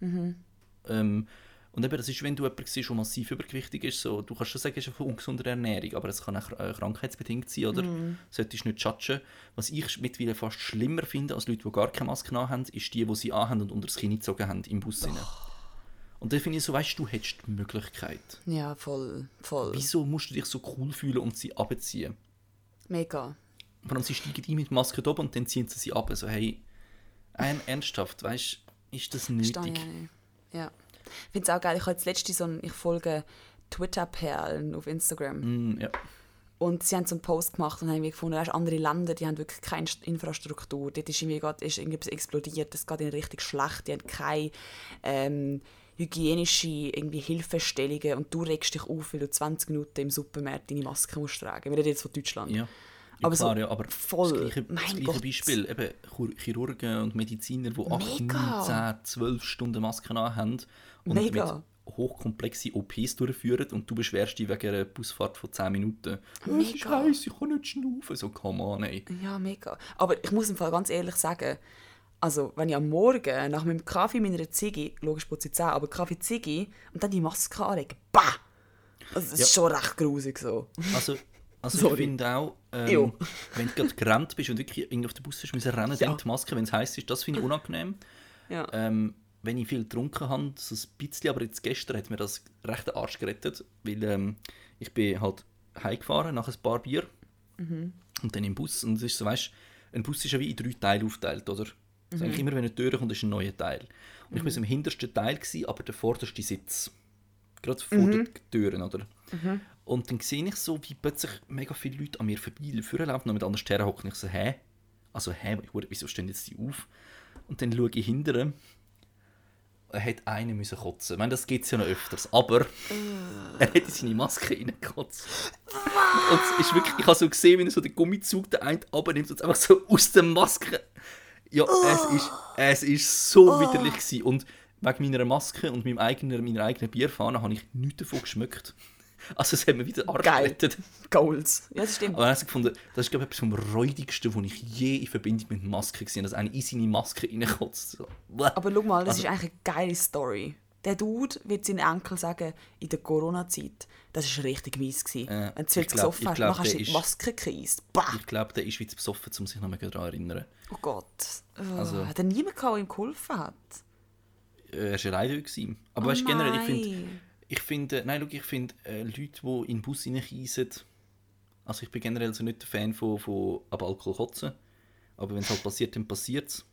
Und eben, das ist, wenn du jemanden siehst, der massiv übergewichtig ist, so, du kannst schon sagen, es ist eine ungesunde Ernährung, aber es kann auch krankheitsbedingt sein, oder? Solltest du nicht judgen. Was ich mittlerweile fast schlimmer finde als Leute, die gar keine Maske anhaben, ist die sie anhaben und unter das Kinn gezogen haben im Bus. Und dann finde ich so, weißt du, hättest die Möglichkeit. Ja, voll. Wieso musst du dich so cool fühlen und sie abziehen? Mega. Vor allem, sie steigen ein mit der Maske oben und dann ziehen sie ab. Also, hey, ernsthaft, weißt du, ist das nötig? Ja. Ich finde es auch geil, ich habe jetzt letztens ich folge Twitter-Perlen auf Instagram. Ja. Und sie haben so einen Post gemacht und haben gefunden, andere Länder, die haben wirklich keine Infrastruktur. Dort ist irgendwas explodiert, das geht ihnen richtig schlecht. Die haben keine hygienische Hilfestellungen und du regst dich auf, weil du 20 Minuten im Supermarkt deine Maske musst tragen. Wir reden jetzt von Deutschland. Ja. Aber klar, so ja, aber voll. das gleiche Beispiel, eben Chirurgen und Mediziner, die 8, Mega. 9, 10, 12 Stunden Masken haben und mit hochkomplexe OPs durchführen und du beschwerst dich wegen einer Busfahrt von 10 Minuten. Das ist heiß, ich kann nicht schnaufen. So, come on, ey. Ja, mega. Aber ich muss im Fall ganz ehrlich sagen, also wenn ich am Morgen nach meinem Kaffee meiner Ziggy, logisch putze ich Zähne, aber Kaffee Ziggy und dann die Maske anlege, bah! Also das ist schon recht grusig so. Also ich finde auch, wenn du gerade gerannt bist und wirklich auf den Bus musst rennen, dann die Maske, wenn es heiß ist, das finde ich unangenehm. Ja. Wenn ich viel getrunken habe, so ein bisschen, aber jetzt gestern hat mir das recht den Arsch gerettet, weil ich bin halt heimgefahren nach ein paar Bier und dann im Bus. Und es ist so, weißt, ein Bus ist ja wie in 3 Teile aufgeteilt, oder? Also eigentlich immer, wenn eine Tür kommt, ist ein neuer Teil. Und ich war im hintersten Teil, aber der vorderste Sitz. Gerade vor den Türen, oder? Und dann sehe ich so, wie plötzlich mega viele Leute an mir vorbeilaufen und mit anderen Sternen hocken. Ich so, wieso stehen jetzt die auf? Und dann schaue ich hinterher, hat einer müssen kotzen. Ich meine, das gibt es ja noch öfters, aber er hat in seine Maske reingekotzt. Und es ist wirklich, ich habe so gesehen, wie er so den Gummizug der eine abnimmt und es einfach so aus der Maske. Ja, es ist so widerlich gewesen. Und wegen meiner Maske und meiner eigenen Bierfahne habe ich nichts davon geschmeckt. Also es hat mir wieder Arsch gerettet. Goals. Ja, das stimmt. Aber dann habe ich gefunden, das ist glaube ich etwas vom Räudigsten, was ich je in Verbindung mit Maske gesehen habe, dass einer in seine Maske reinkotzt. So. Aber schau mal, das ist eigentlich eine geile Story. Der Dude wird seinen Enkel sagen, in der Corona-Zeit, das war richtig mies gewesen. Wenn du zu viel gesoffen hast, dann hast du die Maske gekriegt. Ich glaube, der ist wie zu besoffen, um sich noch mal daran zu erinnern. Oh Gott. Hat er niemanden gehabt, der ihm geholfen hat? Er war alleine. Aber weißt du, generell, ich finde, Leute, die in den Bus hineinreisen, also ich bin generell so nicht der Fan von ab Alkohol kotzen, aber wenn es halt passiert, dann passiert es.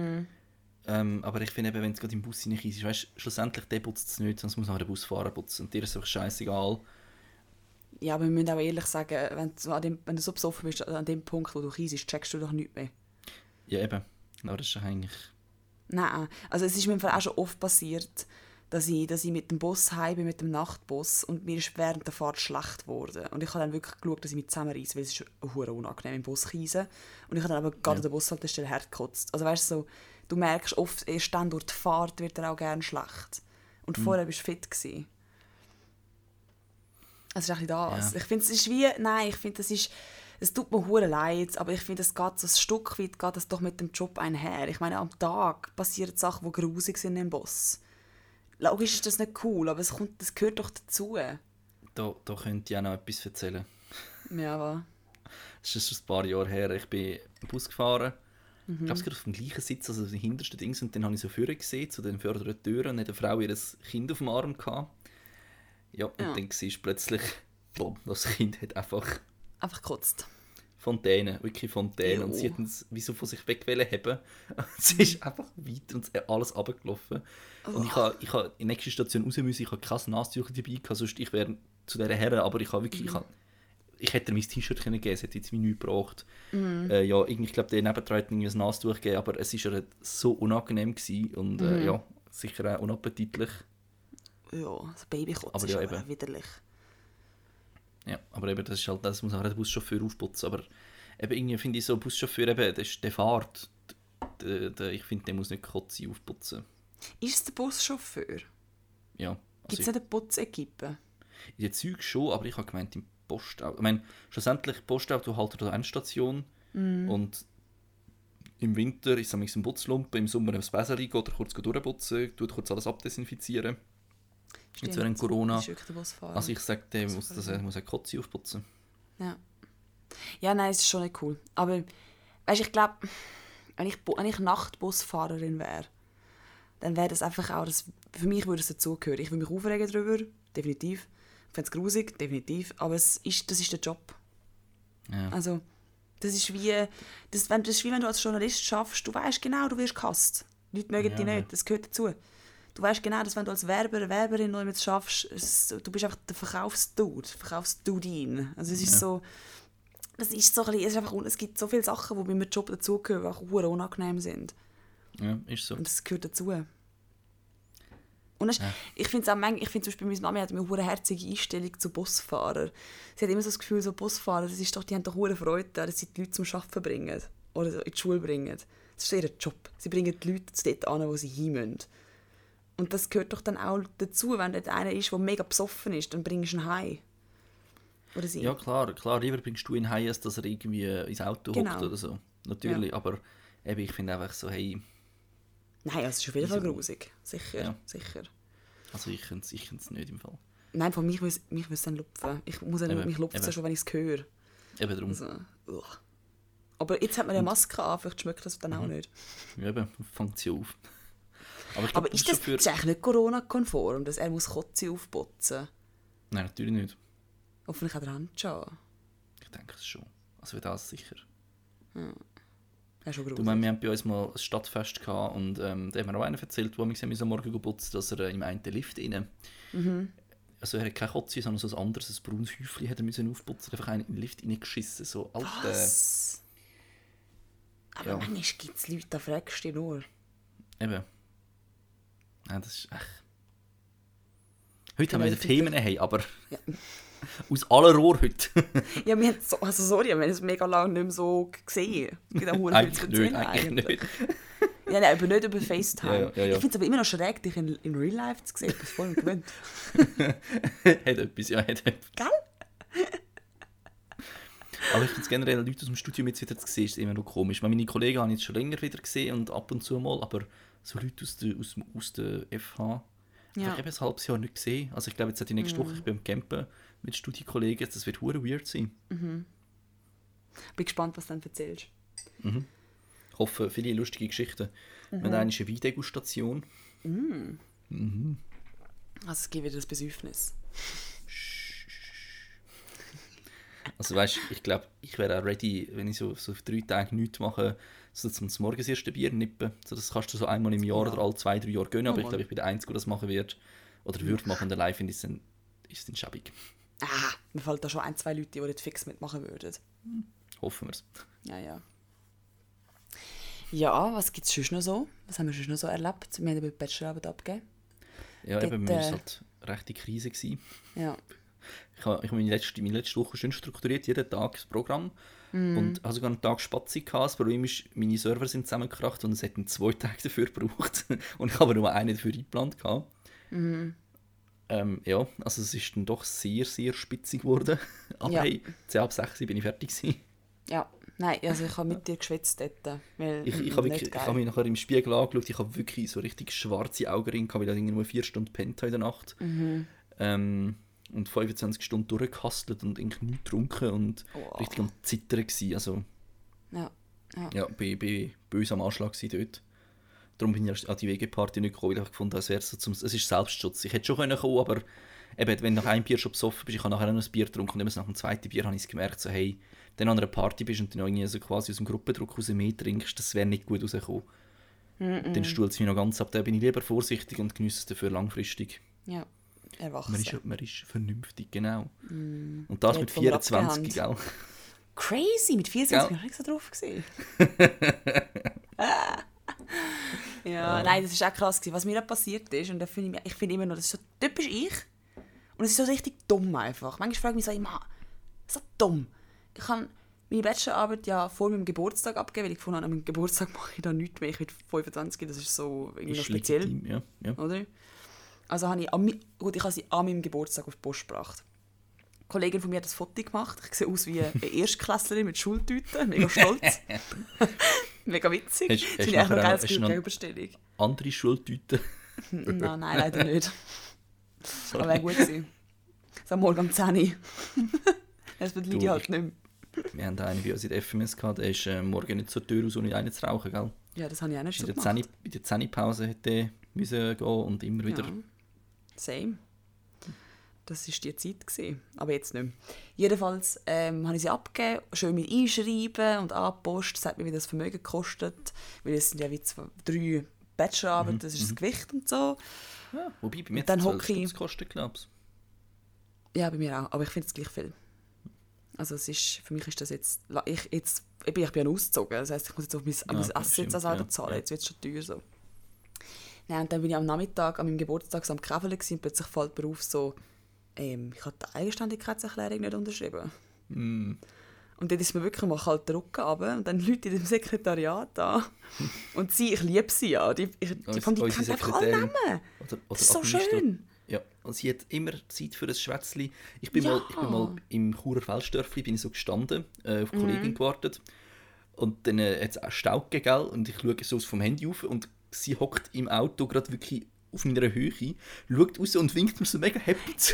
Aber ich finde eben, wenn es gerade im Bus hineinreist, weißt du, schlussendlich der putzt es nicht, sonst muss nachher der Busfahrer putzen und dir ist es einfach scheißegal. Ja, aber wir müssen auch ehrlich sagen, wenn du so besoffen bist, an dem Punkt, wo du reisest, checkst du doch nichts mehr. Ja eben, aber das ist eigentlich... Nein, also es ist mir im Fall auch schon oft passiert, dass ich mit dem Bus heim bin, mit dem Nachtbus, und mir ist während der Fahrt schlecht geworden. Und ich habe dann wirklich geschaut, dass ich mich zusammenreisse, weil es ist verdammt unangenehm im Bus reisen. Und ich habe dann aber gerade an der Bushaltestelle hergekotzt. Also weißt du, so, du merkst oft, erst dann durch die Fahrt wird dir auch gerne schlecht. Und vorher bist du fit gewesen. Das ist ein bisschen das. Ja. Ich finde, es ist wie, nein, ich finde, es tut mir verdammt leid, aber ich finde, es geht so ein Stück weit geht es doch mit dem Job einher. Ich meine, am Tag passieren Sachen, die grusig sind im Bus. Logisch ist das nicht cool, aber das gehört doch dazu. Da könnte ich auch noch etwas erzählen. Ja, was? Das ist schon ein paar Jahre her. Ich bin Bus gefahren. Ich glaube, es geht auf dem gleichen Sitz, also die hintersten Dings. Und dann habe ich so vorne gesehen, zu den vorderen Türen, und hat eine Frau ihr Kind auf dem Arm gehabt. Ja, und dann siehst du plötzlich, das Kind hat einfach gekotzt. Fontäne, wirklich Fontäne. Und sie hat es wie so von sich weg haben. Sie ist einfach weit und alles runtergelaufen. Und ich habe in der nächsten Station raus müssen, ich habe kein Nasentuch dabei gehabt, sonst ich wäre zu dieser Herren, aber ich habe wirklich, ich hätte mir mein T-Shirt geben können, es hätte jetzt wie nichts gebraucht. Ich glaube, der nebendran hat mir ein Nasentuch gegeben, aber es war so unangenehm gewesen und sicher auch unappetitlich. Ja, das Babykotz aber ist ja, aber eben widerlich. Ja, aber eben, das muss auch der Buschauffeur aufputzen. Aber eben irgendwie finde ich so, Buschauffeur, eben, der fährt. Ich finde, der muss nicht Kotze aufputzen. Ist es der Buschauffeur? Ja. Gibt es nicht eine Putzequipe? In den Zügen schon, aber ich habe gemeint, im Postauto. Ich meine, schlussendlich, Postauto haltet an der Endstation. Und im Winter ist es ein Putzlumpen, im Sommer ein Bäseli oder kurz durchputzen, tut kurz alles abdesinfizieren. Jetzt während Corona. Also ich sage, der muss eine Kotze aufputzen. Ja. Ja, nein, es ist schon nicht cool. Aber weißt, ich glaube, wenn ich Nachtbusfahrerin wäre, dann wäre das einfach auch, für mich würde es dazugehören. Ich würde mich aufregen darüber, definitiv. Ich finde es grusig, definitiv. Aber das ist der Job. Ja. Also, das ist wie wenn du als Journalist schaffst, du weißt genau, du wirst gehasst. Leute mögen dich nicht, das gehört dazu. Du weißt genau, dass wenn du als Werberin noch etwas schaffst, du bist einfach der Verkaufsdudin. Also es ist so, das ist so ein bisschen, es gibt so viele Sachen, die bei meinem Job dazugehören, die auch verdammt unangenehm sind. Ja, ist so. Und das gehört dazu. Und ich finde zum Beispiel, meine Mama hat eine verdammt herzige Einstellung zu Busfahrern. Sie hat immer so das Gefühl, so Busfahrer, die haben doch verdammt Freude, dass sie die Leute zum Arbeiten bringen oder in die Schule bringen. Das ist ihr Job. Sie bringen die Leute dort an, wo sie hin müssen. Und das gehört doch dann auch dazu, wenn dort einer ist, der mega besoffen ist, dann bringst du ihn heim. Oder sie. Ja, klar, lieber bringst du ihn heim, als dass er irgendwie ins Auto hockt oder so. Natürlich, aber eben, ich finde einfach so, hey... Nein, es ist auf jeden Fall grusig. Sicher, ja. sicher. Also ich könnte es nicht im Fall. Nein, von mich muss es dann lupfen. Mich lupft es schon, wenn ich es höre. Eben darum. Also, aber jetzt hat man ja Maske an, vielleicht schmeckt das dann auch nicht. Ja, eben, fängt sie auf. Aber ist das eigentlich nicht Corona-konform, dass er Kotze aufputzen muss? Nein, natürlich nicht. Hoffentlich hat er Handschuhe. Ich denke es schon. Also das sicher. Ja. Ja, schon gruselig. Wir haben bei uns mal ein Stadtfest gehabt und da hat mir auch einer erzählt, wo wir am Morgen geputzt, dass er im einen Lift rein. Also er hat keine Kotze, sondern so ein anderes, ein braunes Häufchen hat er müssen aufputzen. Einfach einen in den Lift reingeschissen. So alte... Was? Aber manchmal gibt es Leute, da fragst du dich nur. Eben. Ja, das ist echt... Heute haben wir wieder Themen, aber aus aller Rohr heute. Ja, wir haben wir haben es mega lange nicht mehr so gesehen. Eigentlich nicht. Ja, nein, aber nicht über FaceTime. Ja. Ich finde es aber immer noch schräg, dich in Real Life zu sehen. Ich bin voll gewöhnt. Hat etwas. Gell? Aber ich finde es generell, Leute aus dem Studium jetzt wieder zu sehen, ist immer noch komisch. Meine Kollegen habe ich jetzt schon länger wieder gesehen und ab und zu mal, aber so Leute aus der FH, ich habe ein halbes Jahr nicht gesehen. Also ich glaube, jetzt die nächste Woche, ich bin am Campen mit Studienkollegen, das wird verdammt weird sein. Bin gespannt, was du dann erzählst. Ich hoffe, viele lustige Geschichten. Wir haben eine Weindegustation. Also es gibt wieder das Besäufnis. Also weißt, ich glaube, ich wäre auch ready, wenn ich so 3 Tage nichts mache, so zum Morgen das erste Bier nippen. So, das kannst du so einmal im Jahr oder alle 2-3 Jahre gönnen, aber ich glaube, ich bin der Einzige, der das machen wird. Oder würde machen, und live ist es dann schäbig. Mir fällt da schon 1-2 Leute, die nicht fix mitmachen würden. Hoffen wir es. Ja. Ja, was gibt es sonst noch so? Was haben wir sonst noch so erlebt? Wir haben die Bachelorarbeit abgegeben. Ja, eben, bei mir war es halt rechte Krise gewesen. Ja. Ich habe meine letzte Woche schön strukturiert, jeden Tag das Programm. Und habe sogar einen Tag Spazi gehabt. Das Problem ist, meine Server sind zusammengekracht und es hätten 2 Tage dafür gebraucht. Und ich habe aber nur einen dafür eingeplant gehabt. Ja, also es ist dann doch sehr, sehr spitzig geworden. Aber Ja. hey, 10 ab 6 bin ich fertig gewesen. Ja. Nein, also ich habe mit dir geschwätzt dort. Weil, Ich habe mich nachher im Spiegel angeschaut, ich habe wirklich so richtig schwarze Augenringe gehabt, weil ich nur 4 Stunden gepennt habe in der Nacht. Und 25 Stunden durchgehustelt und eigentlich nichts getrunken und richtig am Zittern gewesen. Also, Ja. bin böse am Anschlag gewesen dort. Darum bin ich an die WG-Party nicht gekommen, weil ich gefunden habe, es ist Selbstschutz. Ich hätte schon kommen können, aber eben, wenn du nach einem Bier schon besoffen bist, ich habe nachher noch ein Bier getrunken und nach dem zweiten Bier habe ich gemerkt, so, hey, wenn du an einer Party bist und dann irgendwie so quasi aus dem Gruppendruck raus mehr trinkst, das wäre nicht gut rausgekommen. Dann stuhlt es mich noch ganz ab. Da bin ich lieber vorsichtig und genieße es dafür langfristig. Ja. Erwachsen. Man ist vernünftig, genau. Und das Der mit hat vom 24, gell? Crazy, mit 24 war ich nicht so drauf. Ja, nein, das war auch krass gewesen. Was mir da passiert ist, und da finde ich finde immer noch, das ist so typisch ich. Und es ist so richtig dumm einfach. Manchmal frage ich mich so immer, so dumm. Ich habe meine Bachelorarbeit ja vor meinem Geburtstag abgegeben, weil ich gefunden habe, an meinem Geburtstag mache ich da nichts mehr. Ich bin 25, das ist so irgendwie noch speziell. Legitim, ja. Oder? Also habe ich ich habe sie an meinem Geburtstag auf die Post gebracht. Eine Kollegin von mir hat ein Foto gemacht. Ich sehe aus wie eine Erstklässlerin mit Schultüten. Mega stolz. Mega witzig. Das ist eigentlich noch eine geile Gegenüberstellung. Andere Schultüten? Nein, leider nicht. Aber wäre gut gewesen. So am Morgen um 10 Uhr. Das wird Lydia halt nicht mehr. Wir haben einen bei uns in der FMS gehabt, der ist morgen nicht zur Tür raus, ohne einen zu rauchen, gell? Ja, das habe ich auch nicht so gemacht. In der Zähnepause hätte er müssen gehen und immer wieder. Ja. Same. Das war die Zeit gewesen, aber jetzt nicht mehr. Jedenfalls habe ich sie abgegeben, schön mit einschreiben und angepostet. Das hat mir wieder das Vermögen gekostet, weil es sind ja wie 3 Bachelorarbeiten, das ist das Gewicht und so. Ja, wobei, bei mir dann hat es 12 gekostet, glaube ich. Ja, bei mir auch, aber ich finde es gleich viel. Also für mich ist das jetzt ich bin ja ausgezogen, das heisst, ich muss jetzt auf mein Essen jetzt also zahlen, jetzt wird es schon teuer so. Ja, und dann bin ich am Nachmittag, an meinem Geburtstag, am Käfeln und plötzlich fällt mir auf so, ich habe die Eigenständigkeitserklärung nicht unterschrieben. Und dann ist mir wirklich mal kalt der Rücken runter und dann Leute in dem Sekretariat an. Und ich liebe sie ja, die kennen einfach alle Namen. Das ist so schön. Ja, und sie hat immer Zeit für ein Schwätzchen. Ich bin mal im Churer Felsdörfli, bin ich so gestanden, auf die Kollegin gewartet. Und dann hat es auch Stau gegeben, und ich schaue so vom Handy auf und sie hockt im Auto gerade wirklich auf meiner Höhe, schaut raus und winkt mir so mega happy zu.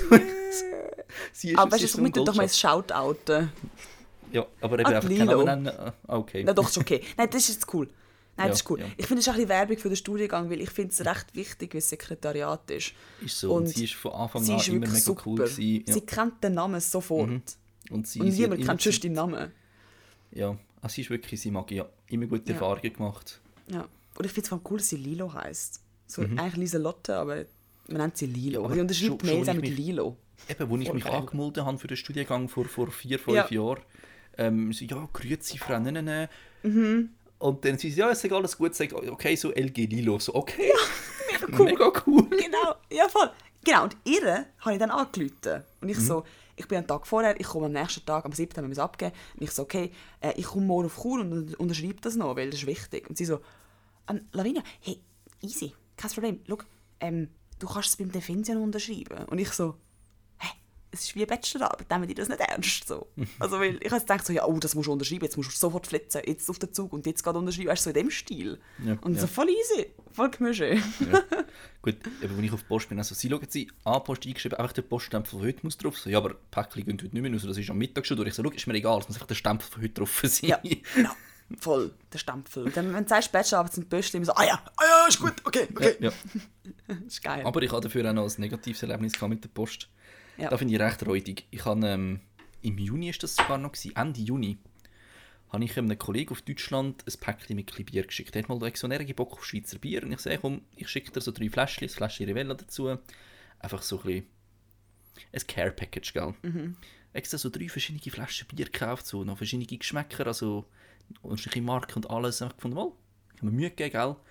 Aber weißt du, mit doch mal ein Shoutout. Ja, aber eben einfach keinen Namen nennen. Okay. Na doch, ist okay. Nein, das ist jetzt cool. Nein, das ist cool. Ja. Ich finde, es ist auch ein bisschen Werbung für den Studiengang, weil ich finde es recht wichtig, wie das Sekretariat ist. Ist so. Und sie ist von Anfang an immer mega super. Cool gewesen. Ja. Sie kennt den Namen sofort. Und niemand kennt schon den Namen. Ja, also sie ist wirklich, sie mag ja immer gute Erfahrungen gemacht. Ja. Und ich finde es vor allem cool, dass sie Lilo heisst. So eigentlich Lieselotte, aber man nennt sie Lilo. Ja, sie unterschreibt Mails auch mit Lilo. Eben, als ich mich angemeldet habe für den Studiengang vor 4-5 Jahren, so, ja, grüezi Frau Nenene. Und dann sie ja, es ist alles gut, sag, okay, so LG Lilo, so okay. Ja, mega cool. Mega cool. Genau, ja voll. Genau, und ihr habe ich dann angerufen. Und ich so, ich bin am Tag vorher, ich komme am nächsten Tag, am 7. haben wir es abgegeben. Und ich so, okay, ich komme morgen auf Chur und unterschreibe das noch, weil das ist wichtig. Und sie so, Lavinia, hey, easy, kein Problem. Schau, du kannst es beim Defensian unterschreiben. Und ich so, es ist wie eine Bachelorarbeit, nehmen die das nicht ernst. So. Also, weil ich habe gedacht, so, ja, das musst du unterschreiben, jetzt musst du sofort flitzen, jetzt auf den Zug und jetzt gerade unterschreiben, weißt du, so in dem Stil. Ja, und so voll easy, voll gemischt. Ja. Gut, aber wenn ich auf die Post bin, also sie schauen sie, Post eingeschrieben, einfach der Poststempel von heute muss drauf sein. Ja, aber Päckchen gehen heute nicht mehr raus, das ist am Mittag schon durch. Ich so, schau, ist mir egal, es muss einfach der Stempel von heute drauf sein. Ja, genau. Voll, der Stempel. Und dann, wenn du sagst, Bachelorarbeit sind die Post, immer so, ja, ist gut, okay. Ja. Das ist geil. Aber ich hatte dafür auch noch ein negatives Erlebnis mit der Post. Ja. Da finde ich recht räudig. Ich habe, im Juni ist das sogar noch gewesen, Ende Juni, habe ich einem Kollegen auf Deutschland ein Päckchen mit ein Bier geschickt. Der hat mal so einen Bock auf Schweizer Bier. Und ich sage, komm, ich schicke dir so 3 Fläschchen, ein Fläschchen Rivella dazu. Einfach so ein Care-Package, gell? Extra so 3 verschiedene Flaschen Bier gekauft, so noch verschiedene Geschmäcker, also unterschiedliche Marken und alles. Ich habe gefunden, ich habe mir Mühe gegeben, gell?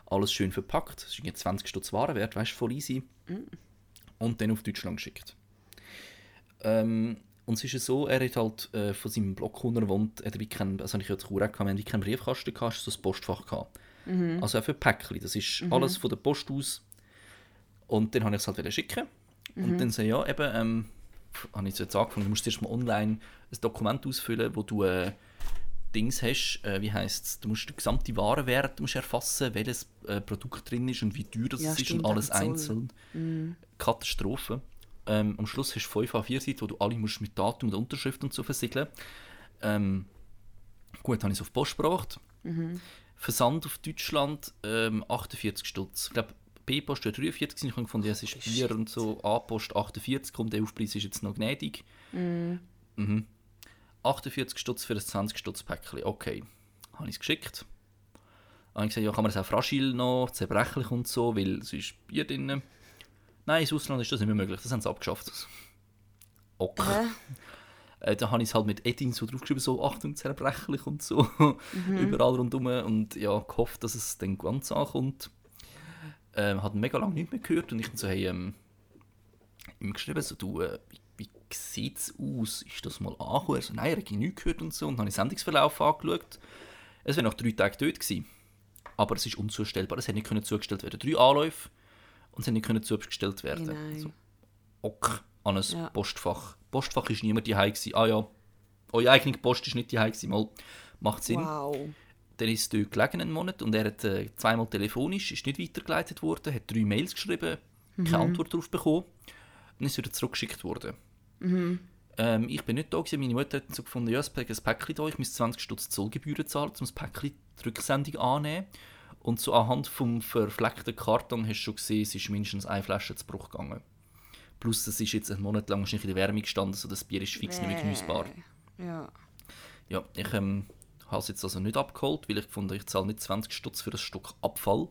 alles schön verpackt, das ist irgendwie 20 Stutz Warenwert, weißt du, voll easy. Und dann auf Deutschland geschickt. Und es ist ja so, er hat halt von seinem Block, wo er wohnt, hat er also habe ich ja zu Chur gehabt, wir hatten keinen Briefkasten, gehabt, so ein Postfach gehabt. Also auch für Päckchen, das ist alles von der Post aus. Und dann wollte ich es halt schicken. Und dann so, ja, eben, habe ich so jetzt angefangen, du musst erst mal online ein Dokument ausfüllen, wo du Dings hast, wie heisst es, du musst den gesamten Warenwert erfassen, welches Produkt drin ist und wie teuer das ist und alles einzeln. Katastrophe. Am Schluss hast du 5 A4-Seiten, wo du alle musst mit Datum und Unterschrift und so versiegeln. Gut, habe ich es auf die Post gebracht. Versand auf Deutschland 48 Stutz. Ich glaube, B-Post war 43, ich habe gefunden, es ist Bier und so. A-Post 48, kommt der Aufpreis ist jetzt noch gnädig. 48 Stutz für ein 20 Stutz Päckchen. Okay, habe ich es geschickt. Habe ich gesagt, ja, kann man es auch fragil noch, zerbrechlich und so, weil es ist Bier drin. Nein, ins Ausland ist das nicht mehr möglich, das haben sie abgeschafft. Okay. Da habe ich es halt mit Edding so draufgeschrieben, so Achtung, zerbrechlich und so. Überall rundherum und ja, gehofft, dass es dann ganz ankommt. Hat mega lange nichts mehr gehört und ich so, hey, ihm geschrieben, so, du, wie sieht es aus? Ist das mal angekommen? Er so, nein, er hat nichts gehört und so. Und dann habe ich den Sendungsverlauf angeschaut. Es wäre nach 3 Tagen tot gewesen. Aber es ist unzustellbar, es hätte nicht können zugestellt werden. 3 Anläufe und es hätte nicht können zugestellt werden. So, ok, an ein Postfach. Postfach war niemand daheim gewesen. Ah ja, eure eigene Post ist nicht daheim gewesen. Mal, macht Sinn. Wow. Dann ist es dort gelegen einen Monat und er hat 2-mal telefonisch, ist nicht weitergeleitet worden, hat 3 Mails geschrieben, keine Antwort darauf bekommen und ist wieder zurückgeschickt worden. Ich bin nicht da gewesen, meine Mutter hat so gefunden, ja, es ist ein Päckchen da, ich muss 20 Stutz Zollgebühren zahlen, um das Päckchen die Rücksendung anzunehmen. Und so anhand vom verfleckten Karton hast du schon gesehen, es ist mindestens 1 Flasche zu Bruch gegangen. Plus, es ist jetzt einen Monat lang wahrscheinlich in der Wärme gestanden, so das Bier ist fix nicht mehr genießbar. Ja. Ja, ich habe es jetzt also nicht abgeholt, weil ich fand, ich zahle nicht 20 Stutz für ein Stück Abfall.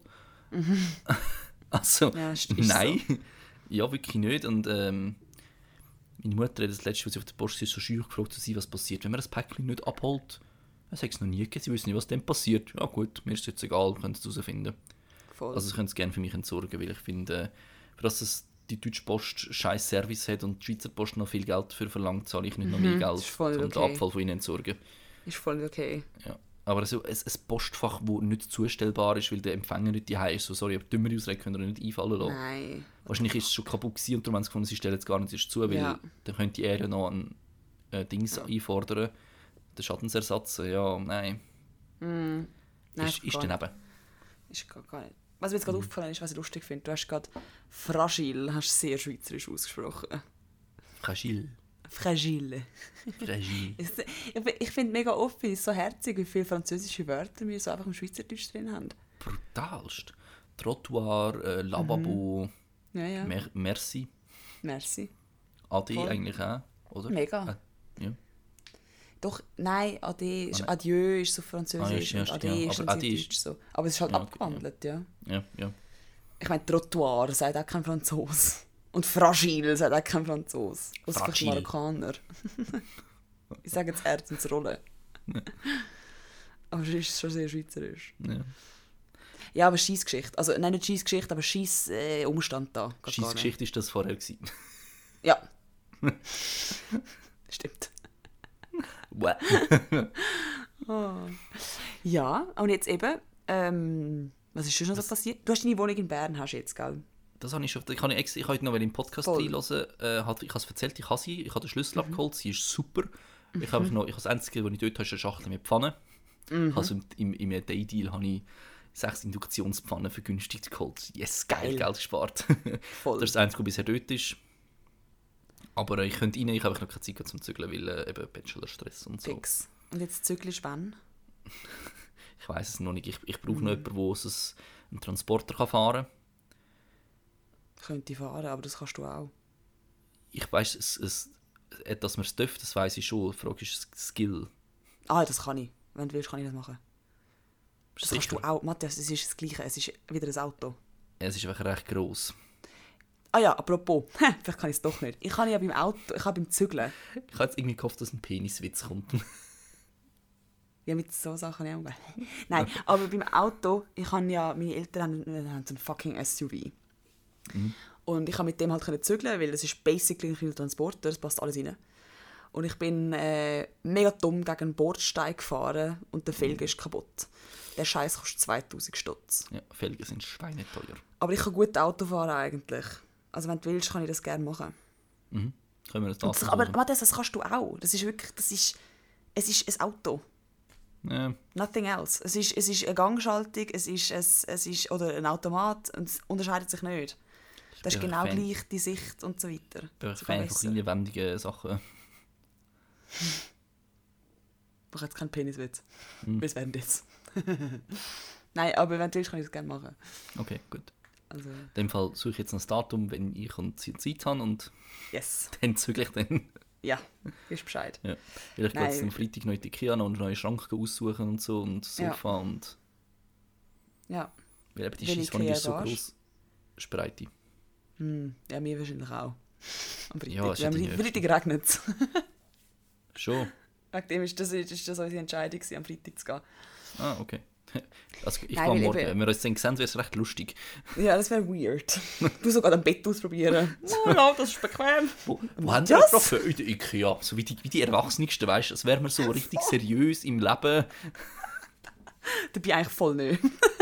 Also, Ja, ist nein. so. Ja, wirklich nicht. Und meine Mutter hat das letzte, als sie auf der Post ist, so scheu gefragt, was passiert, wenn man das Päckchen nicht abholt. Das hat es noch nie gegeben, sie wissen nicht, was dann passiert. Ja gut, mir ist es jetzt egal, können es herausfinden. Voll. Also sie können es gerne für mich entsorgen, weil ich finde, für das es die Deutsche Post scheiß Service hat und die Schweizer Post noch viel Geld dafür verlangt, zahle ich nicht noch mehr Geld, ist voll um den okay. Abfall von ihnen entsorgen. Ist voll okay. Ja. Aber so ein Postfach, das nicht zustellbar ist, weil der Empfänger nicht daheim ist, so sorry, aber dümmere Ausrede können wir nicht einfallen lassen. Nein. Wahrscheinlich ist es schon kaputt gewesen und darum haben sie gefunden, sie stellen es gar nicht erst zu, weil dann könnte er ja noch ein Dings einfordern, den Schadensersatz. Ja, nein. Nein, Ist daneben. Ist gar nicht. Was mir jetzt gerade aufgefallen ist, was ich lustig finde, du hast gerade fragil, hast sehr schweizerisch ausgesprochen. Fragile. Fragile. Fragile. Ich finde mega oft so herzig, wie viele französische Wörter wir so einfach im Schweizerdeutsch drin haben. Brutalst. Trottoir, Lavabo, Ja. Merci. Merci. Ade Voll. eigentlich auch, oder? Mega. Ja. Doch, nein, Ade ist, Adieu ist so französisch ja, und Ade ja, ist aber dann Ade sehr deutsch so. Aber es ist halt Ja, okay, abgewandelt, ja. Ja. Ich meine, Trottoir sagt auch kein Franzos. Und fragil sagt auch kein Franzos. Außer vielleicht Fragil. Marokkaner. Ich sage jetzt Herz ins Rollen. Aber es ist schon sehr schweizerisch. Ja. Ja, aber Scheissgeschichte. Also, nein, nicht Scheissgeschichte, aber Scheiss-Umstand da. Geht gar nicht. Scheissgeschichte ist das vorher gewesen. Ja. Stimmt. Wow. Ja, und jetzt eben, was ist schon so passiert? Du hast deine Wohnung in Bern, hast du jetzt, gell? Das habe ich schon. Ich habe heute noch im Podcast Voll. reinhören. Ich habe es erzählt, ich habe sie. Ich habe den Schlüssel abgeholt, sie ist super. Ich habe das Einzige, was ich dort habe, ist eine Schachtel mit Pfannen. Also im Day-Deal habe ich 6 Induktionspfannen vergünstigt geholt. Yes, geil, Geld gespart. Voll. Das ist das Einzige, was bisher dort ist. Aber ich könnte rein, ich habe noch keine Zeit zum Zügeln, weil eben Bachelor-Stress und so. Fix. Und jetzt zügelst du wann? Ich weiss es noch nicht. Ich brauche noch jemanden, der einen Transporter fahren kann. Könnte ich fahren, aber das kannst du auch. Ich weiss, dass man es dürfen, das weiss ich schon. Die Frage ist Skill. Ah, das kann ich. Wenn du willst, kann ich das machen. Das kannst Sicher. du auch. Matthias, es ist das Gleiche. Es ist wieder ein Auto. Es ist einfach recht gross. Ah ja, apropos. Vielleicht kann ich es doch nicht. Ich kann ja beim Auto, ich habe beim Zügeln. Ich habe jetzt irgendwie gehofft, dass ein Peniswitz kommt. Ja, mit so Sachen nicht umgehen. Nein, aber beim Auto, meine Eltern haben so ein fucking SUV. Und ich konnte mit dem halt zügeln, weil das ist basically ein kleiner Transporter, das passt alles rein. Und ich bin mega dumm gegen einen Bordstein gefahren und der Felge ist kaputt. Der Scheiß kostet 2000 Stutz. Ja, Felgen sind schweineteuer. Aber ich kann gut Auto fahren eigentlich. Also wenn du willst, kann ich das gerne machen. Können wir das aber Matthias, das kannst du auch. Es ist ein Auto. Ja. Nothing else. Es ist eine Gangschaltung, es ist oder ein Automat und es unterscheidet sich nicht. Das ist genau gleich die Sicht und so weiter. Ich Fan von kleinen, wendigen Sachen. Ich mache jetzt keinen Peniswitz. Bis wenn jetzt. Nein, aber wenn du willst, kann ich das gerne machen. Okay, gut. Also. In dem Fall suche ich jetzt ein Datum, wenn ich Zeit habe und yes. Dann zügle ich dann. Ja, ist Bescheid. Ja. Weil ich gehe jetzt am Freitag noch in die Ikea noch einen neuen Schrank aussuchen und so und Sofa und... Ja. Weil eben die Scheisswohnung ist so groß. Spreite. Ja, mir wahrscheinlich auch. Am Freitag. Ja, am Freitag regnet es. Schon? Wegen dem ist das unsere Entscheidung, am Freitag zu gehen. Ah, okay. Also ich gehe morgen. Wenn wir uns dann sehen, wäre es recht lustig. Ja, das wäre weird. Du sogar am Bett ausprobieren. Oh ja, das ist bequem. Wo haben wir getroffen? In der Ikea. So wie die Erwachsensten, weißt du? Als wären wir so richtig seriös im Leben. Dabei eigentlich voll nicht.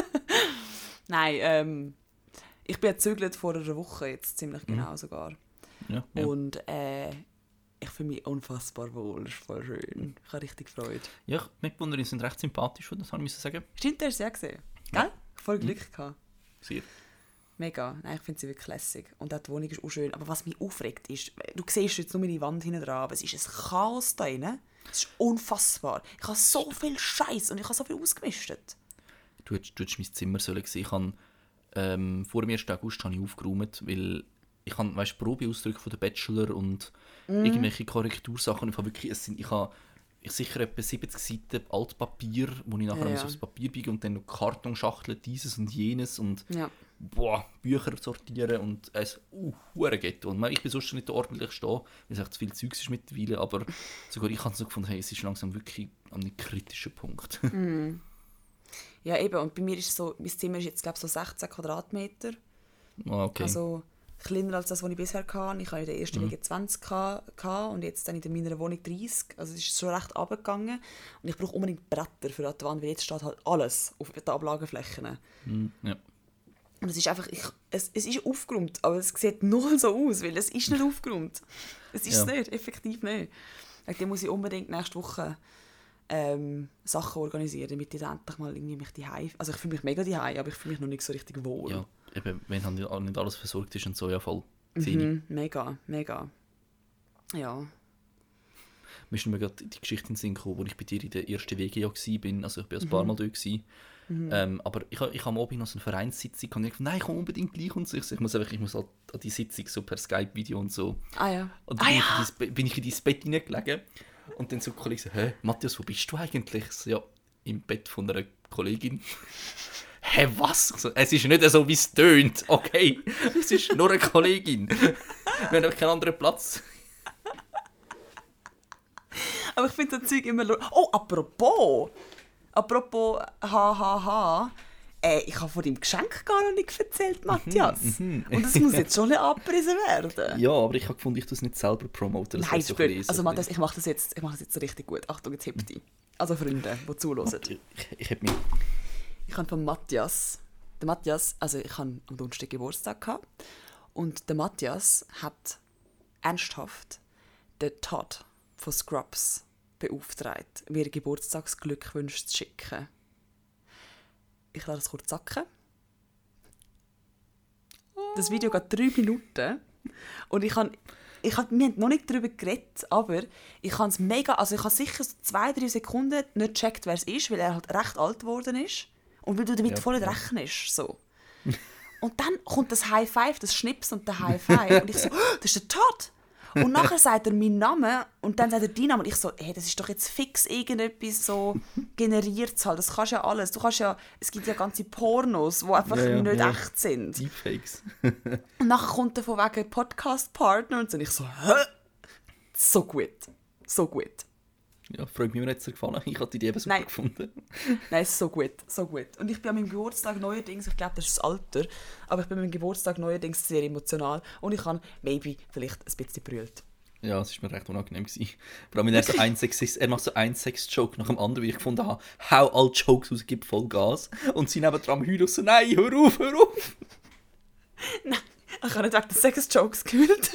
Nein, ich bin gezögert vor einer Woche, jetzt ziemlich genau sogar. Ja. Und ich fühle mich unfassbar wohl, das ist voll schön. Ich habe richtig Freude. Ja, Mitbewohner sind recht sympathisch, das habe ich sagen. Stimmt, du hast sie auch gesehen. Gell? Voll Glück gehabt. Sehr. Mega. Nein, ich finde sie wirklich lässig. Und auch die Wohnung ist auch schön. Aber was mich aufregt ist, du siehst jetzt nur meine Wand hinten dran, aber es ist ein Chaos da drin. Es ist unfassbar. Ich habe so viel Scheiß und ich habe so viel ausgemistet. Du hättest mein Zimmer sehen. Ich habe, vor dem 1. August habe ich aufgeräumt, weil ich habe Probeausdrücke von der Bachelor und irgendwelche Korrektursachen. Ich habe sicher etwa 70 Seiten Altpapier, wo ich nachher aufs Papier biege und dann noch Kartonschachteln, dieses und jenes und Bücher sortieren und es geht. Und ich bin sonst nicht ordentlich stehen, weil es echt zu viel Zeugs ist mittlerweile, aber sogar ich habe so gefunden, hey, es ist langsam wirklich an einem kritischen Punkt. Ja, eben. Und bei mir ist so, mein Zimmer ist jetzt, glaube ich, so 16 Quadratmeter. Okay. Also kleiner als das, was ich bisher hatte. Ich hatte in der ersten Wege 20 und jetzt dann in meiner Wohnung 30. Also es ist schon recht runtergegangen. Und ich brauche unbedingt Bretter für die Wand, weil jetzt steht halt alles auf den Ablageflächen. Ja. Und es ist einfach, es ist aufgeräumt, aber es sieht null so aus, weil es ist nicht aufgeräumt. Es ist es nicht, effektiv nicht. Dann muss ich unbedingt nächste Woche Sachen organisieren, damit ich dann endlich mal irgendwie mich daheim... Also ich fühle mich mega daheim, aber ich fühle mich noch nicht so richtig wohl. Ja, eben, wenn halt nicht alles versorgt ist und so, ja voll. Mega. Ja. Mir ist mir gerade die Geschichte in den Sinn gekommen, wo ich bei dir in der ersten WG ja war. Also ich war ein paar Mal dort. Aber ich habe am Abend noch so eine Vereinssitzung und ich dachte, nein, ich komme unbedingt gleich und so. Ich muss halt an die Sitzung so per Skype-Video und so. Ah ja. Und dann bin ich in dein Bett hineingelegen und dann so die Kollegen so, hä, Matthias, wo bist du eigentlich? So, ja, im Bett von einer Kollegin. Hä, was? So, es ist nicht so, wie es tönt, okay? Es ist nur eine Kollegin. Wir haben keinen anderen Platz. Aber ich finde das Zeug immer... Oh, apropos hahaha. Ich habe von deinem Geschenk gar noch nicht erzählt, Matthias. Und das muss jetzt schon nicht abgerissen werden. Ja, aber ich habe gefunden, ich tue es nicht selber promoten. Nein, so also Matthias, ich mache das jetzt richtig gut. Achtung, jetzt hebt die. Also Freunde, die zuhören. Ich habe mich... Ich habe von Matthias... Der Matthias, also ich hatte am Donnerstag Geburtstag gehabt, und der Matthias hat ernsthaft den Todd von Scrubs beauftragt, mir Geburtstagsglückwünsche zu schicken. Ich lasse das kurz sacken. Das Video geht 3 Minuten und wir haben noch nicht darüber geredet, aber ich habe es mega, also ich habe sicher 2-3 Sekunden nicht gecheckt, wer es ist, weil er halt recht alt geworden ist und weil du damit voll nicht rechnest. So. Und dann kommt das High Five, das Schnips und der High Five und ich so, das ist der Todd. Und nachher sagt er meinen Namen und dann sagt er deinen Namen und ich so, hey, das ist doch jetzt fix irgendetwas so generiert halt. Das kannst ja alles. Es gibt ja ganze Pornos, die einfach nicht echt sind. Deepfakes. Und nachher kommt er von wegen Podcast-Partner und so. Und ich so, hä? So gut. Ja, freut mich, mir nicht so gefallen. Ich hatte die eben super gefunden. Nein, es ist so gut, so gut. Und ich bin an meinem Geburtstag neuerdings, ich glaube, das ist das Alter, aber ich bin an meinem Geburtstag neuerdings sehr emotional und ich habe vielleicht ein bisschen brüllt. Ja, es war mir recht unangenehm gewesen. Vor allem, wenn er macht so einen Sex-Joke nach dem anderen, wie ich gefunden habe, hau alle Jokes raus, gibt voll Gas. Und sie nebendran heulen und so, nein, hör auf, hör auf. Nein, ich habe nicht wegen den Sex-Jokes gehört.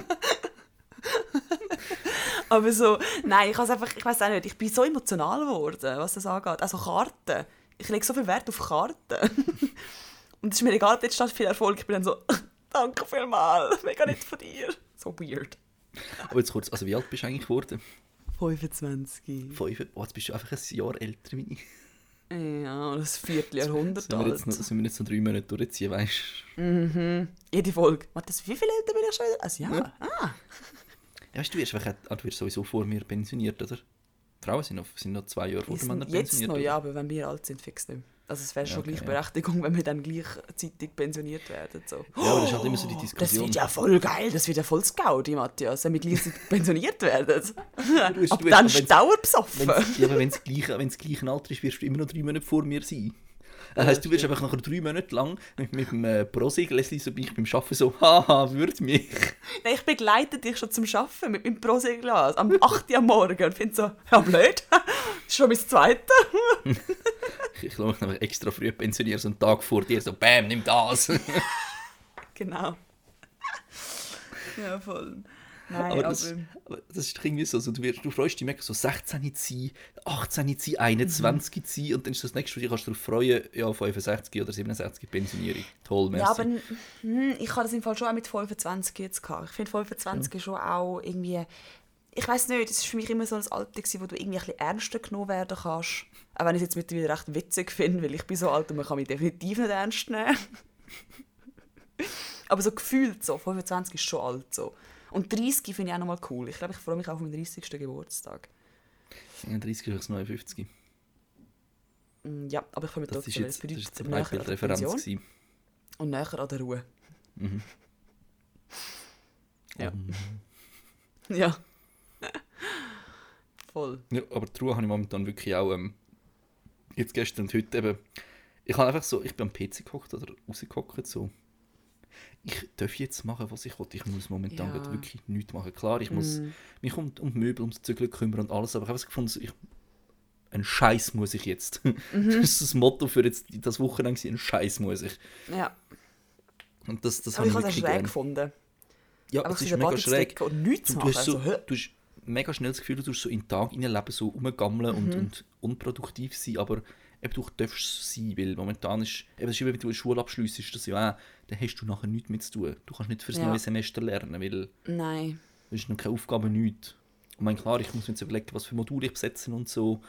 Aber so, nein, ich weiß auch nicht, ich bin so emotional geworden, was das angeht. Also Karten. Ich lege so viel Wert auf Karten. Und es ist mir egal, ob jetzt statt viel Erfolg, ich bin dann so, danke vielmals, mega nett von dir. So weird. Aber jetzt kurz, also wie alt bist du eigentlich geworden? 25. 5? Oh, jetzt bist du einfach ein Jahr älter wie ich. Ja, das Vierteljahrhundert alt. Sind wir jetzt noch 3 Monate durchziehen, weißt du? Mhm. Jede Folge. Warte, wie viel älter bin ich schon wieder? Also ja. Ah. Ja, weißt du, du wirst sowieso vor mir pensioniert, oder? Frauen sind noch 2 Jahre vor den Männern pensioniert. Jetzt noch, ja, aber wenn wir alt sind, fix nicht. Also es wäre schon Gleichberechtigung, wenn wir dann gleichzeitig pensioniert werden. So. Ja, aber das ist halt immer so die Diskussion. Das wird ja voll geil, das wird ja voll Gaudi, Matthias, wenn wir gleichzeitig pensioniert werden. Aber dann ist dauerbesoffen. Ja, aber wenn es gleich ein Alter ist, wirst du immer noch 3 Monate vor mir sein. Das heisst, du wirst einfach nachher 3 Monate lang mit dem Pro-Segel so beim Arbeiten so, haha, würd mich. Nein, ich begleite dich schon zum Arbeiten mit meinem Pro-Segel-Glas am 8 Uhr am Morgen und finde so, ja blöd, das ist schon mein Zweites. Ich lasse mich nämlich extra früh pensionieren, so einen Tag vor dir, so bam, nimm das. Genau. Ja, voll. Nein, aber das ist irgendwie so, du freust dich mega so 16 zu sein, 18 zu sein, 21 zu sein und dann ist das nächste, du kannst dich darauf freuen, ja 65 oder 67 Pensionierung. Toll, merci. Ja, aber ich habe das im Fall schon auch mit 25 jetzt gehabt. Ich finde 25 schon auch irgendwie, ich weiss nicht, das war für mich immer so ein Alter, wo du irgendwie ein bisschen ernster genommen werden kannst. Auch wenn ich es jetzt mittlerweile recht witzig finde, weil ich bin so alt und man kann mich definitiv nicht ernst nehmen. Aber so gefühlt so, 25 ist schon alt so. Und 30 finde ich auch nochmal cool. Ich glaube, ich freue mich auch auf meinen 30. Geburtstag. Ja, 30 ist das 59. Ja, aber ich freue mich trotzdem. Das war jetzt eine Breitbildreferenz. Und näher an der Ruhe. Mhm. Ja. Ja. Voll. Ja, aber die Ruhe habe ich momentan wirklich auch jetzt gestern und heute eben. Ich habe einfach so, ich bin am PC gehockt oder rausgehockt so. Ich darf jetzt machen, was ich will. Ich muss momentan wirklich nichts machen. Klar, ich muss mich um die Möbel, um das Zügeln kümmern und alles, aber ich habe gefunden, so, einen Scheiß muss ich jetzt. Das ist das Motto für jetzt das Wochenende, einen Scheiß muss ich. Ja. Und das aber ich habe es schräg gefunden. Ja, aber es ist mega schräg. Und nichts machen. Du hast mega schnell das Gefühl, du tust so in den Tag hineinleben, so rumgammeln und unproduktiv sein, aber eben, du darfst sein, weil momentan ist, eben, es ist immer, wenn du eine Schule abschliessst, ist das ja auch, dann hast du nachher nichts mehr zu tun. Du kannst nicht fürs neue Semester lernen, weil nein. Es ist noch keine Aufgabe, nichts. Und meine, klar, ich muss mir jetzt überlegen, was für Module ich besetzen und so.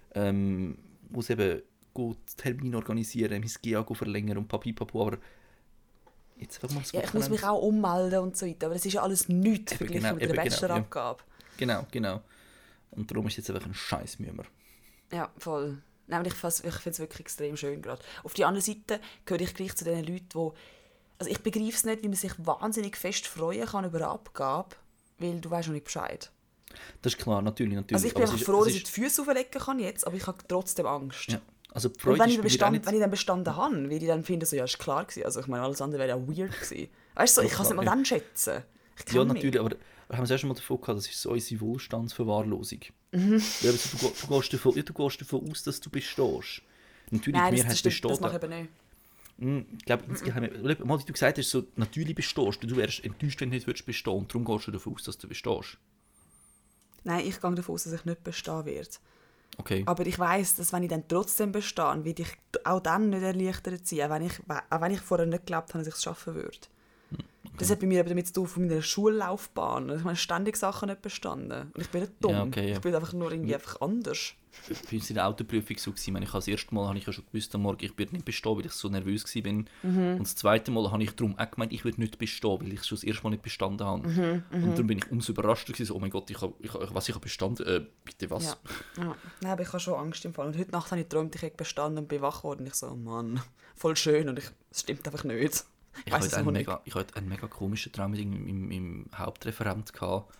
Muss eben gut Termine organisieren, mein GA verlängern und papipapo, aber jetzt einfach mal das ich muss mich auch ummelden und so weiter, aber das ist ja alles nichts verglichen mit der Bachelorabgabe. Ja. Genau. Und darum ist jetzt einfach ein Scheiß Mühe. Ja, voll. Nein, ich finde es wirklich extrem schön gerade. Auf der anderen Seite gehöre ich gleich zu den Leuten, die... Also ich begreife es nicht, wie man sich wahnsinnig fest freuen kann über eine Abgabe, weil du weißt noch nicht Bescheid. Das ist klar, natürlich. Also ich bin einfach froh, dass ich die Füße auflegen kann jetzt, aber ich habe trotzdem Angst. Ja. Also die Freude und wenn ich dann bestanden habe, würde ich dann finden, so, ja, ist klar gewesen. Also ich meine, alles andere wäre ja weird gewesen. Weißt du, so, ich kann es nicht mal dann schätzen. Ja, natürlich, aber wir haben es ja schon mal davon gehabt, das ist so unsere Wohlstandsverwahrlosung. Ja, also du gehst davon aus, dass du bestehst. Natürlich, nein, das stimmt, das mache ich eben nicht. Ich glaube, insgeheim, mal, wie du gesagt hast, so, natürlich bestehst du. Du wärst enttäuscht, wenn du nicht bestehen würdest. Und darum gehst du davon aus, dass du bestehst. Nein, ich gehe davon aus, dass ich nicht bestehen werde. Okay. Aber ich weiss, dass wenn ich dann trotzdem bestehe, werde ich auch dann nicht erleichtert sein, auch wenn ich vorher nicht geglaubt habe, dass ich es schaffen würde. Okay. Das hat bei mir aber damit zu tun, von meiner Schullaufbahn. Ich habe ständig Sachen nicht bestanden. Und ich bin nicht dumm. Ja, okay, ja. Ich bin einfach nur irgendwie einfach anders. Bei uns in der Autoprüfung so gewesen. Ich habe das erste Mal habe ich ja schon gewusst, am Morgen, ich werde nicht bestehen, weil ich so nervös war. Und das zweite Mal habe ich darum auch gemeint, ich werde nicht bestehen, weil ich es schon das erste Mal nicht bestanden habe. Und darum bin ich umso überrascht gewesen, so, oh mein Gott, ich habe bestanden. Bitte was? Ja. Ja. Nein, aber ich habe schon Angst im Fall. Und heute Nacht habe ich geträumt, ich hätte bestanden und bin wach geworden. Und ich so, oh Mann, voll schön. Und es stimmt einfach nicht. Ich hatte einen mega komischen Traum im Hauptreferent gehabt.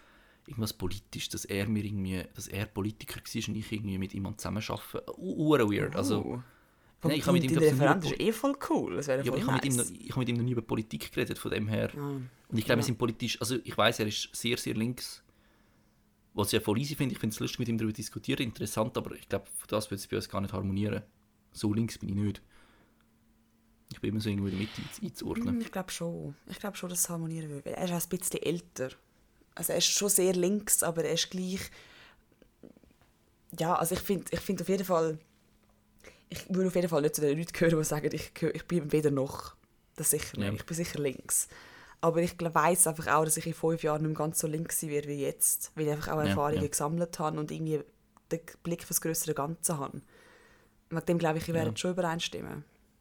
irgendwas politisch, dass er Politiker war und ich irgendwie mit ihm zusammenarbeiten. Weird. Also, nein, ich habe mit ihm dein Referent ist voll cool. Das wäre voll ich habe mit ihm noch nie über Politik geredet, von dem her. Und ich glaube, wir sind politisch, also ich weiss, er ist sehr, sehr links. Was ich ja voll easy finde, ich finde es lustig, mit ihm darüber zu diskutieren, interessant, aber ich glaube, das würde es bei uns gar nicht harmonieren. So links bin ich nicht. Ich bin immer so irgendwo in der Mitte einzuordnen. Ich glaube schon, dass es harmonieren würde. Er ist auch ein bisschen älter. Also er ist schon sehr links, aber er ist gleich... Ja, also ich finde auf jeden Fall... Ich würde auf jeden Fall nicht zu den Leuten gehören, die sagen, ich bin weder noch. Das sicher nicht. Ja. Ich bin sicher links. Aber ich weiss einfach auch, dass ich in 5 Jahren nicht mehr ganz so links sein werde wie jetzt. Weil ich einfach auch Erfahrungen gesammelt habe und irgendwie den Blick für das grössere Ganze habe. Mit dem glaube ich, werden schon übereinstimmen.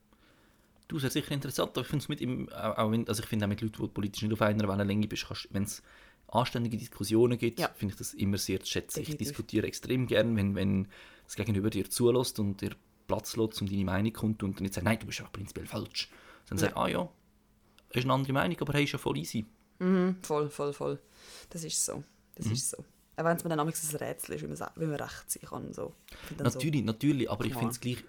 Du, das ist sicher interessant, aber ich finde es mit ihm, also ich finde auch mit Leuten, die politisch nicht auf einer Wellenlänge bist, wenn es anständige Diskussionen gibt, finde ich das immer sehr zu schätzen. Ich diskutiere extrem gern, wenn das Gegenüber dir zulässt und dir Platz lässt, um deine Meinung kommt und nicht sagt, nein, du bist einfach prinzipiell falsch. Dann sagt, ist eine andere Meinung, aber hey, ist ja voll easy. Voll. Das ist so. Ist so. Auch wenn es mir dann ein Rätsel ist, wie man recht sein kann. So. Natürlich, aber ich finde es gleich,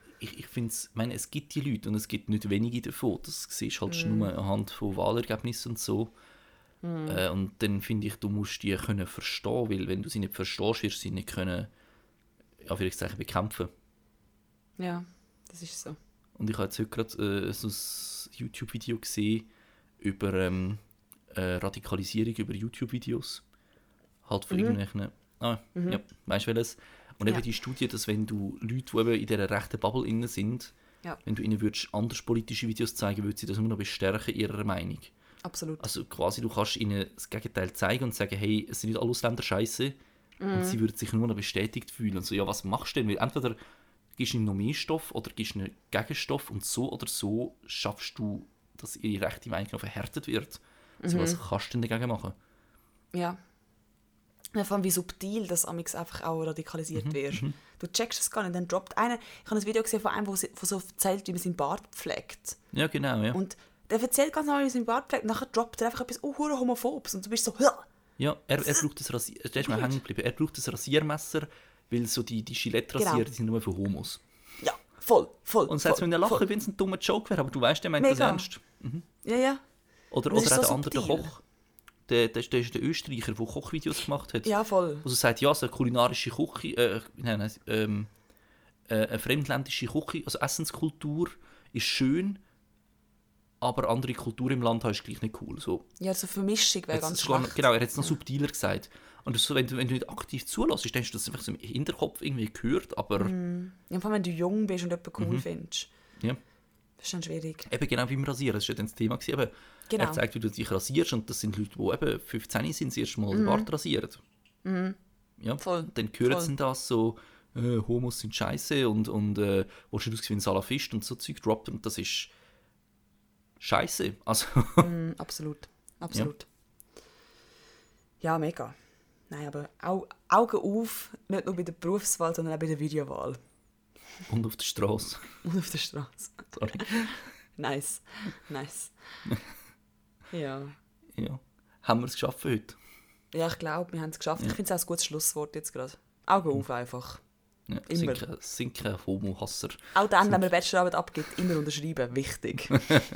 es gibt die Leute und es gibt nicht wenige davon. Das siehst du halt nur anhand von Wahlergebnissen und so. Und dann finde ich, du musst die können verstehen, weil wenn du sie nicht verstehst, wirst du sie nicht können, bekämpfen. Ja, das ist so. Und ich habe jetzt heute gerade so ein YouTube-Video gesehen über Radikalisierung über YouTube-Videos. Halt von irgendwelchen... ja, weißt du welches? Und eben die Studie, dass wenn du Leute, die eben in dieser rechten Bubble innen sind, wenn du ihnen würdest anders politische Videos zeigen, würden sie das nur noch bestärken, ihrer Meinung. Absolut. Also quasi, du kannst ihnen das Gegenteil zeigen und sagen, hey, es sind nicht alle Ausländer scheiße. Und sie würden sich nur noch bestätigt fühlen. Und so, ja, was machst du denn? Weil entweder gibst du ihnen noch mehr Stoff oder gibst ihnen Gegenstoff und so oder so schaffst du, dass ihre rechte Meinung noch verhärtet wird. Also was kannst du denn dagegen machen? Ja. Vor allem, wie subtil das amigs einfach auch radikalisiert wird. Du checkst es gar nicht, dann droppt einer... Ich habe ein Video gesehen von einem, der so erzählt, wie man seinen Bart pflegt. Ja, genau, ja. Und der erzählt ganz normal, wie man seinen Bart pflegt, und nachher droppt er einfach etwas homophobes und du bist so... Ja, er braucht das Rasiermesser. Der ist mir hängen geblieben. Er braucht das Rasiermesser, weil so die Gillette-Rasierer, die sind nur für Homos. Ja, voll. Und selbst wenn er lachen, wenn es ein dummer Joke wäre, aber du weißt, der meint das ernst. Ja. Oder auch der andere Koch. Der ist der Österreicher, der Kochvideos gemacht hat. Ja, voll. Also sagt, ja, so eine kulinarische Küche, eine fremdländische Küche, also Essenskultur ist schön, aber andere Kultur im Land ist gleich nicht cool. So. Ja, so Vermischung wäre ganz schlecht. Genau, er hat es noch subtiler gesagt. Und so, wenn du nicht aktiv zulässt, denkst du, dass du einfach so im Hinterkopf irgendwie gehört, aber... Ja, vor allem, wenn du jung bist und jemanden cool findest. Ja. Das ist dann schwierig. Eben genau wie beim Rasieren, das war ja dann das Thema. Eben, er zeigt, wie du dich rasierst und das sind Leute, die eben 15 sind, das erste Mal den Bart rasieren. Ja, voll. Dann hören sie das so, Homos sind scheiße und willst du aussehen wie ein Salafist und so Zeug droppt und das ist scheiße. Also. Absolut. Ja, mega. Nein, aber Augen auf, nicht nur bei der Berufswahl, sondern auch bei der Videowahl. Und auf der Straße. Sorry. Nice. Ja. Haben wir es geschafft heute? Ja, ich glaube, wir haben es geschafft. Ja. Ich finde es auch ein gutes Schlusswort jetzt gerade. Augen auf einfach. Ja, immer. Sind keine Homo-Hasser. Auch dann, wenn man Bachelorarbeit abgibt, immer unterschreiben. Wichtig.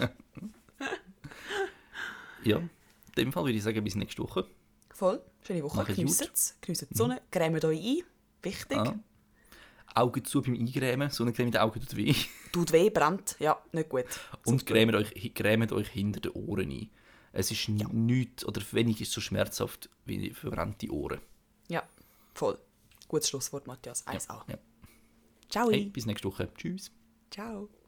Ja, in dem Fall würde ich sagen, bis nächste Woche. Voll. Schöne Woche. Geniessen die Sonne. Cremet euch ein. Wichtig. Augen zu beim Eingrämen. Sonnencreme in den Augen tut weh. Tut weh, brennt. Ja, nicht gut. Und cremet euch hinter den Ohren ein. Es ist nichts oder wenig ist so schmerzhaft wie verbrannte Ohren. Ja, voll. Gutes Schlusswort, Matthias. 1A. Ja. Ciao. Hey, bis nächste Woche. Tschüss. Ciao.